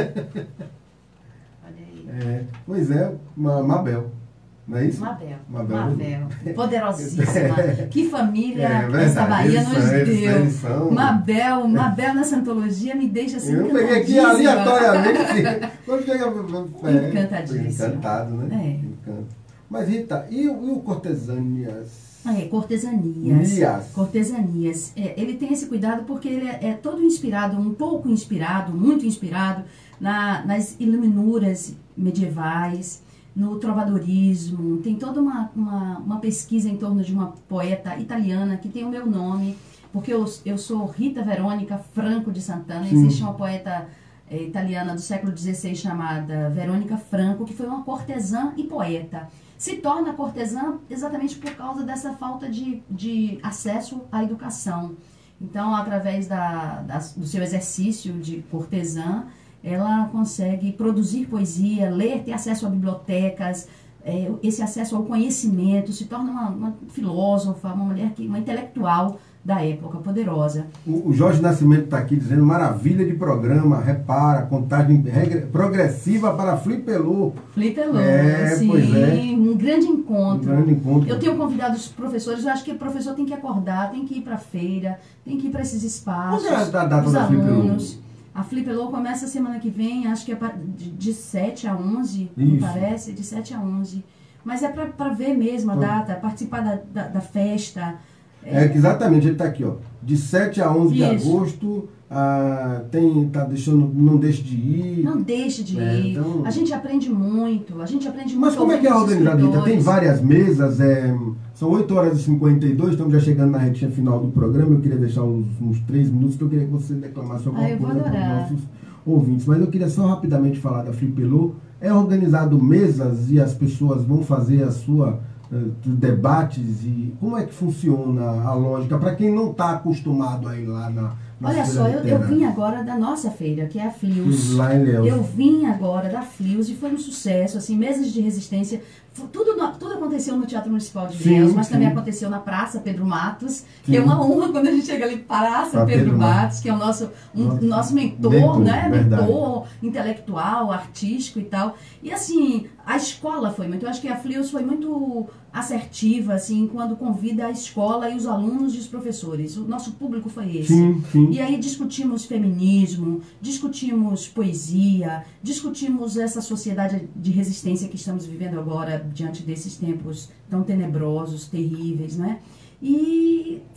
Olha aí. É, pois é, Ma- Mabel, não é isso? Mabel. Mabel. Mabel. Poderosíssima. Que família É verdade, essa Bahia eles nos são- eles- deu. eles são- Mabel, Mabel nessa antologia me deixa assim Eu peguei aqui encantadíssima. aleatoriamente. Quando chega, é, Encantadíssima. Encantado, né? É. Encanto. Mas, Rita, e o, e o Cortesânias? Ah, é, cortesanias. Nias. Cortesanias. É, ele tem esse cuidado porque ele é, é todo inspirado, um pouco inspirado, muito inspirado na, nas iluminuras medievais, no trovadorismo. Tem toda uma, uma, uma pesquisa em torno de uma poeta italiana que tem o meu nome, porque eu, eu sou Rita Verônica Franco de Santana. Sim. Existe uma poeta é, italiana do século dezesseis chamada Verônica Franco, que foi uma cortesã e poeta. Se torna cortesã exatamente por causa dessa falta de, de acesso à educação. Então, através da, da, do seu exercício de cortesã, ela consegue produzir poesia, ler, ter acesso a bibliotecas, é, esse acesso ao conhecimento, se torna uma, uma filósofa, uma mulher, que, uma intelectual da época, poderosa. O, o Jorge Nascimento está aqui dizendo, maravilha de programa, repara, contagem regre- progressiva para Flipelô. Flipelô, É, sim, pois é. um grande encontro. Um grande encontro. Eu tenho convidado os professores, eu acho que o professor tem que acordar, tem que ir para a feira, tem que ir para esses espaços. Quando é a data os da Flipelô? alunos. A Flipelô começa semana que vem, acho que é pra- de, de sete a onze, me Isso. parece, de sete a onze. Mas é para ver mesmo a Hum. data, participar da, da, da festa. É que exatamente, ele está aqui, ó. De sete a onze de Isso. agosto, ah, tem, tá deixando, não deixe de ir. Não deixe de É, ir. então- A gente aprende muito, a gente aprende muito. Mas como é que é a ouvindo os organizada, Rita? Tem escritores. várias mesas, é, são oito horas e cinquenta e dois, estamos já chegando na retinha final do programa. Eu queria deixar uns, uns três minutos que eu queria que você declamasse alguma Ah, eu vou coisa para os adorar. nossos ouvintes. Mas eu queria só rapidamente falar da Flipelô. É organizado mesas e as pessoas vão fazer a sua eh, debates e como é que funciona a lógica para quem não está acostumado a ir lá na, na Olha feira só, eu, eu literária? vim agora da nossa feira, que é a Flios. Lá em Léus. Eu vim agora da Flios e foi um sucesso, assim, mesas de resistência. Fu- Tudo, no- tudo aconteceu no Teatro Municipal de Sim, Léus, mas sim. também aconteceu na Praça Pedro Matos, que Sim. é uma honra quando a gente chega ali, Praça Ah, Pedro, Pedro Matos, Matos. que é o nosso, um- Nossa. nosso mentor, Mentor, né? verdade. Mentor intelectual, artístico e tal. E assim, a escola foi muito, eu acho que a Flios foi muito assertiva, assim, quando convida a escola e os alunos e os professores. O nosso público foi esse. Sim, sim. E aí discutimos feminismo, discutimos poesia, discutimos essa sociedade de resistência que estamos vivendo agora diante desses tempos tão tenebrosos, terríveis, né? E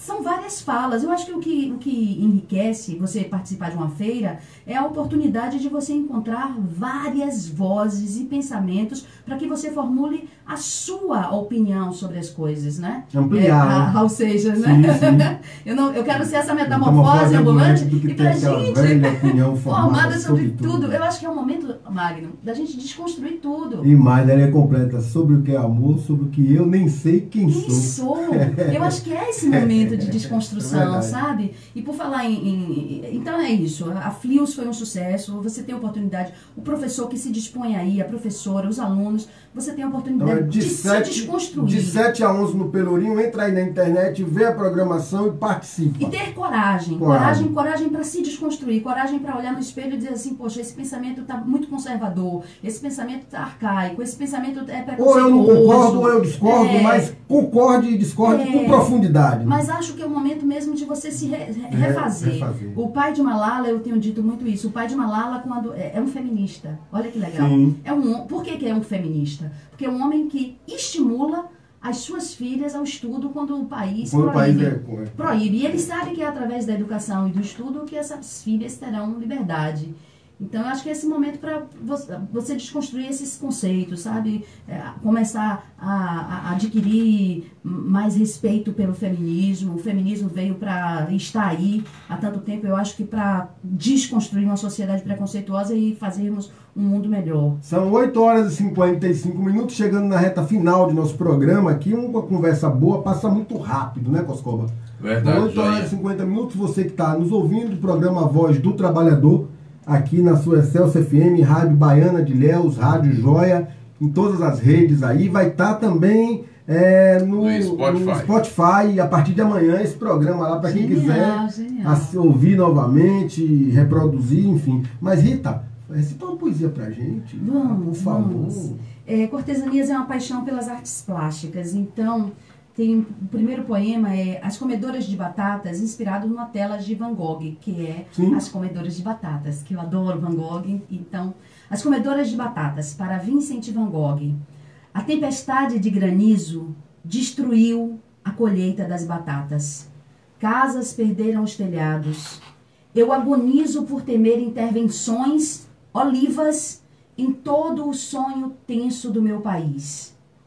são várias falas. Eu acho que o que, o que enriquece você participar de uma feira é a oportunidade de você encontrar várias vozes e pensamentos para que você formule a sua opinião sobre as coisas, né? Ampliar. É, ou seja, sim, né? Sim. eu, não, eu quero ser essa metamorfose ambulante e pra gente opinião formada sobre, sobre tudo. tudo. Eu acho que é o momento, Magno, da gente desconstruir tudo. E mais, ela é completa sobre o que é amor, sobre o que eu nem sei quem, quem sou. sou. Eu acho que é esse momento de desconstrução, é sabe? E por falar em, em... Então é isso, a Flios foi um sucesso, você tem a oportunidade, o professor que se dispõe aí, a professora, os alunos, você tem a oportunidade então, de, de sete, se desconstruir. De sete a onze no Pelourinho, entra aí na internet, vê a programação e participa. E ter coragem, coragem, coragem para se desconstruir, coragem para olhar no espelho e dizer assim, poxa, esse pensamento está muito conservador, esse pensamento está arcaico, esse pensamento é preconceituoso. Ou eu não concordo, ou eu discordo, é, mas concorde e discorde é, com profundidade. Né? Mas acho que é o momento mesmo de você se re, refazer. É, refazer. O pai de Malala, eu tenho dito muito isso, o pai de Malala quando é, é um feminista. Olha que legal. Sim. É um, por que, que é um feminista? Porque é um homem que estimula as suas filhas ao estudo quando o país quando proíbe. O país é, é. proíbe. E ele sabe que é através da educação e do estudo que essas filhas terão liberdade. Então, eu acho que é esse momento para você desconstruir esses conceitos, sabe? É, começar a, a adquirir mais respeito pelo feminismo. O feminismo veio para estar aí há tanto tempo, eu acho que para desconstruir uma sociedade preconceituosa e fazermos um mundo melhor. São oito horas e cinquenta e cinco minutos, chegando na reta final de nosso programa aqui. Uma conversa boa passa muito rápido, né, Coscoba? Verdade. oito horas e cinquenta minutos, você que está nos ouvindo, o programa Voz do Trabalhador, aqui na sua Celso F M, Rádio Baiana de Ilhéus, Rádio Joia, em todas as redes aí. Vai estar tá também é, no, no, Spotify. no Spotify, a partir de amanhã, esse programa lá, para quem quiser a, ouvir novamente, reproduzir, enfim. Mas, Rita, recita uma poesia pra gente. Vamos, por favor. Vamos. É, Cortesanias é uma paixão pelas artes plásticas, então... Tem, o primeiro poema é As Comedoras de Batatas, inspirado numa tela de Van Gogh, que é Sim. As Comedoras de Batatas, que eu adoro Van Gogh. Então, As Comedoras de Batatas, para Vincent Van Gogh. A tempestade de granizo destruiu a colheita das batatas. Casas perderam os telhados. Eu agonizo por temer intervenções, olivas, em todo o sonho tenso do meu país.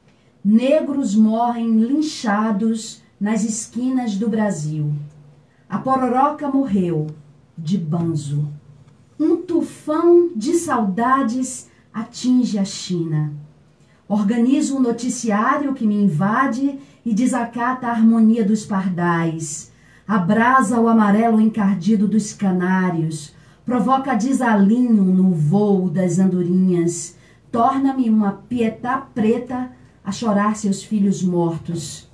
Negros morrem linchados nas esquinas do Brasil. A pororoca morreu de banzo. Um tufão de saudades atinge a China. Organizo um noticiário que me invade e desacata a harmonia dos pardais. Abrasa o amarelo encardido dos canários. Provoca desalinho no voo das andorinhas. Torna-me uma pietá preta a chorar seus filhos mortos.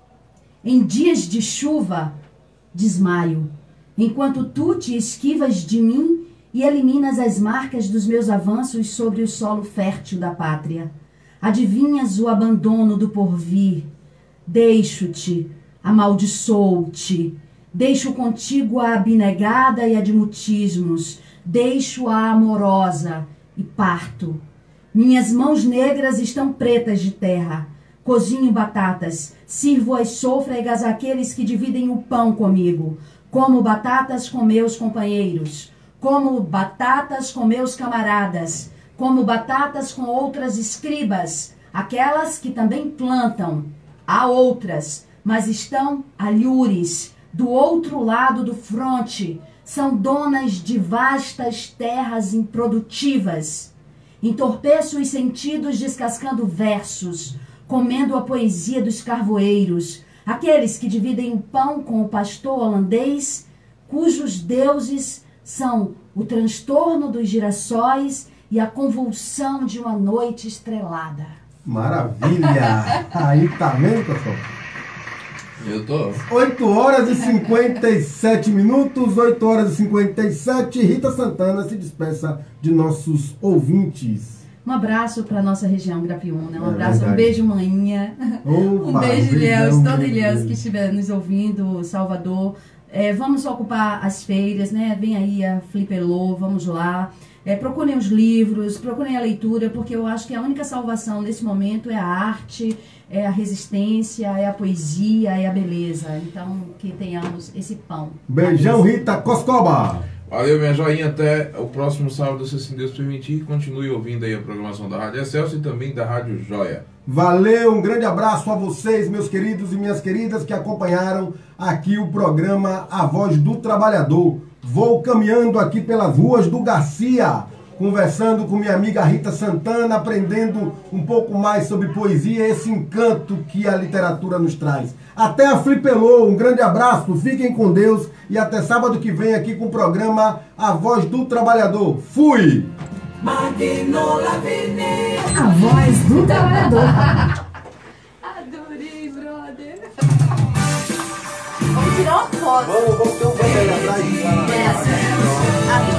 Em dias de chuva, desmaio, enquanto tu te esquivas de mim e eliminas as marcas dos meus avanços sobre o solo fértil da pátria. Adivinhas o abandono do porvir. Deixo-te, amaldiçoo-te, deixo contigo a abnegada e a de mutismos, deixo a amorosa e parto. Minhas mãos negras estão pretas de terra. Cozinho batatas, sirvo as sôfregas àqueles que dividem o pão comigo. Como batatas com meus companheiros. Como batatas com meus camaradas. Como batatas com outras escribas. Aquelas que também plantam. Há outras, mas estão alhures, do outro lado do fronte. São donas de vastas terras improdutivas. Entorpeço os sentidos descascando versos, comendo a poesia dos carvoeiros, aqueles que dividem o pão com o pastor holandês, cujos deuses são o transtorno dos girassóis e a convulsão de uma noite estrelada. Maravilha! Aí tá vendo, pessoal? Eu tô. oito horas e cinquenta e sete minutos, oito horas e cinquenta e sete. Rita Santana se despeça de nossos ouvintes. Um abraço para nossa região Grapiúna, um abraço, é um beijo manhinha, Opa, um beijo Ilhéus, todo Ilhéus que estiver nos ouvindo, Salvador. É, vamos ocupar as feiras, né? Vem aí a Flipelô, vamos lá. É, procurem os livros, procurem a leitura, porque eu acho que a única salvação nesse momento é a arte, é a resistência, é a poesia, é a beleza. Então, que tenhamos esse pão. Beijão, Rita Coscoba! Valeu, minha joinha. Até o próximo sábado, se assim Deus permitir. Continue ouvindo aí a programação da Rádio Excelsior e também da Rádio Joia. Valeu, um grande abraço a vocês, meus queridos e minhas queridas, que acompanharam aqui o programa A Voz do Trabalhador. Vou caminhando aqui pelas ruas do Garcia, conversando com minha amiga Rita Santana, aprendendo um pouco mais sobre poesia e esse encanto que a literatura nos traz. Até a Flipelô, um grande abraço, fiquem com Deus e até sábado que vem aqui com o programa A Voz do Trabalhador. Fui! A Voz do Trabalhador. Adorei, brother. Vamos tirar uma foto. Vamos, vamos ter um bandeira atrás. Essa.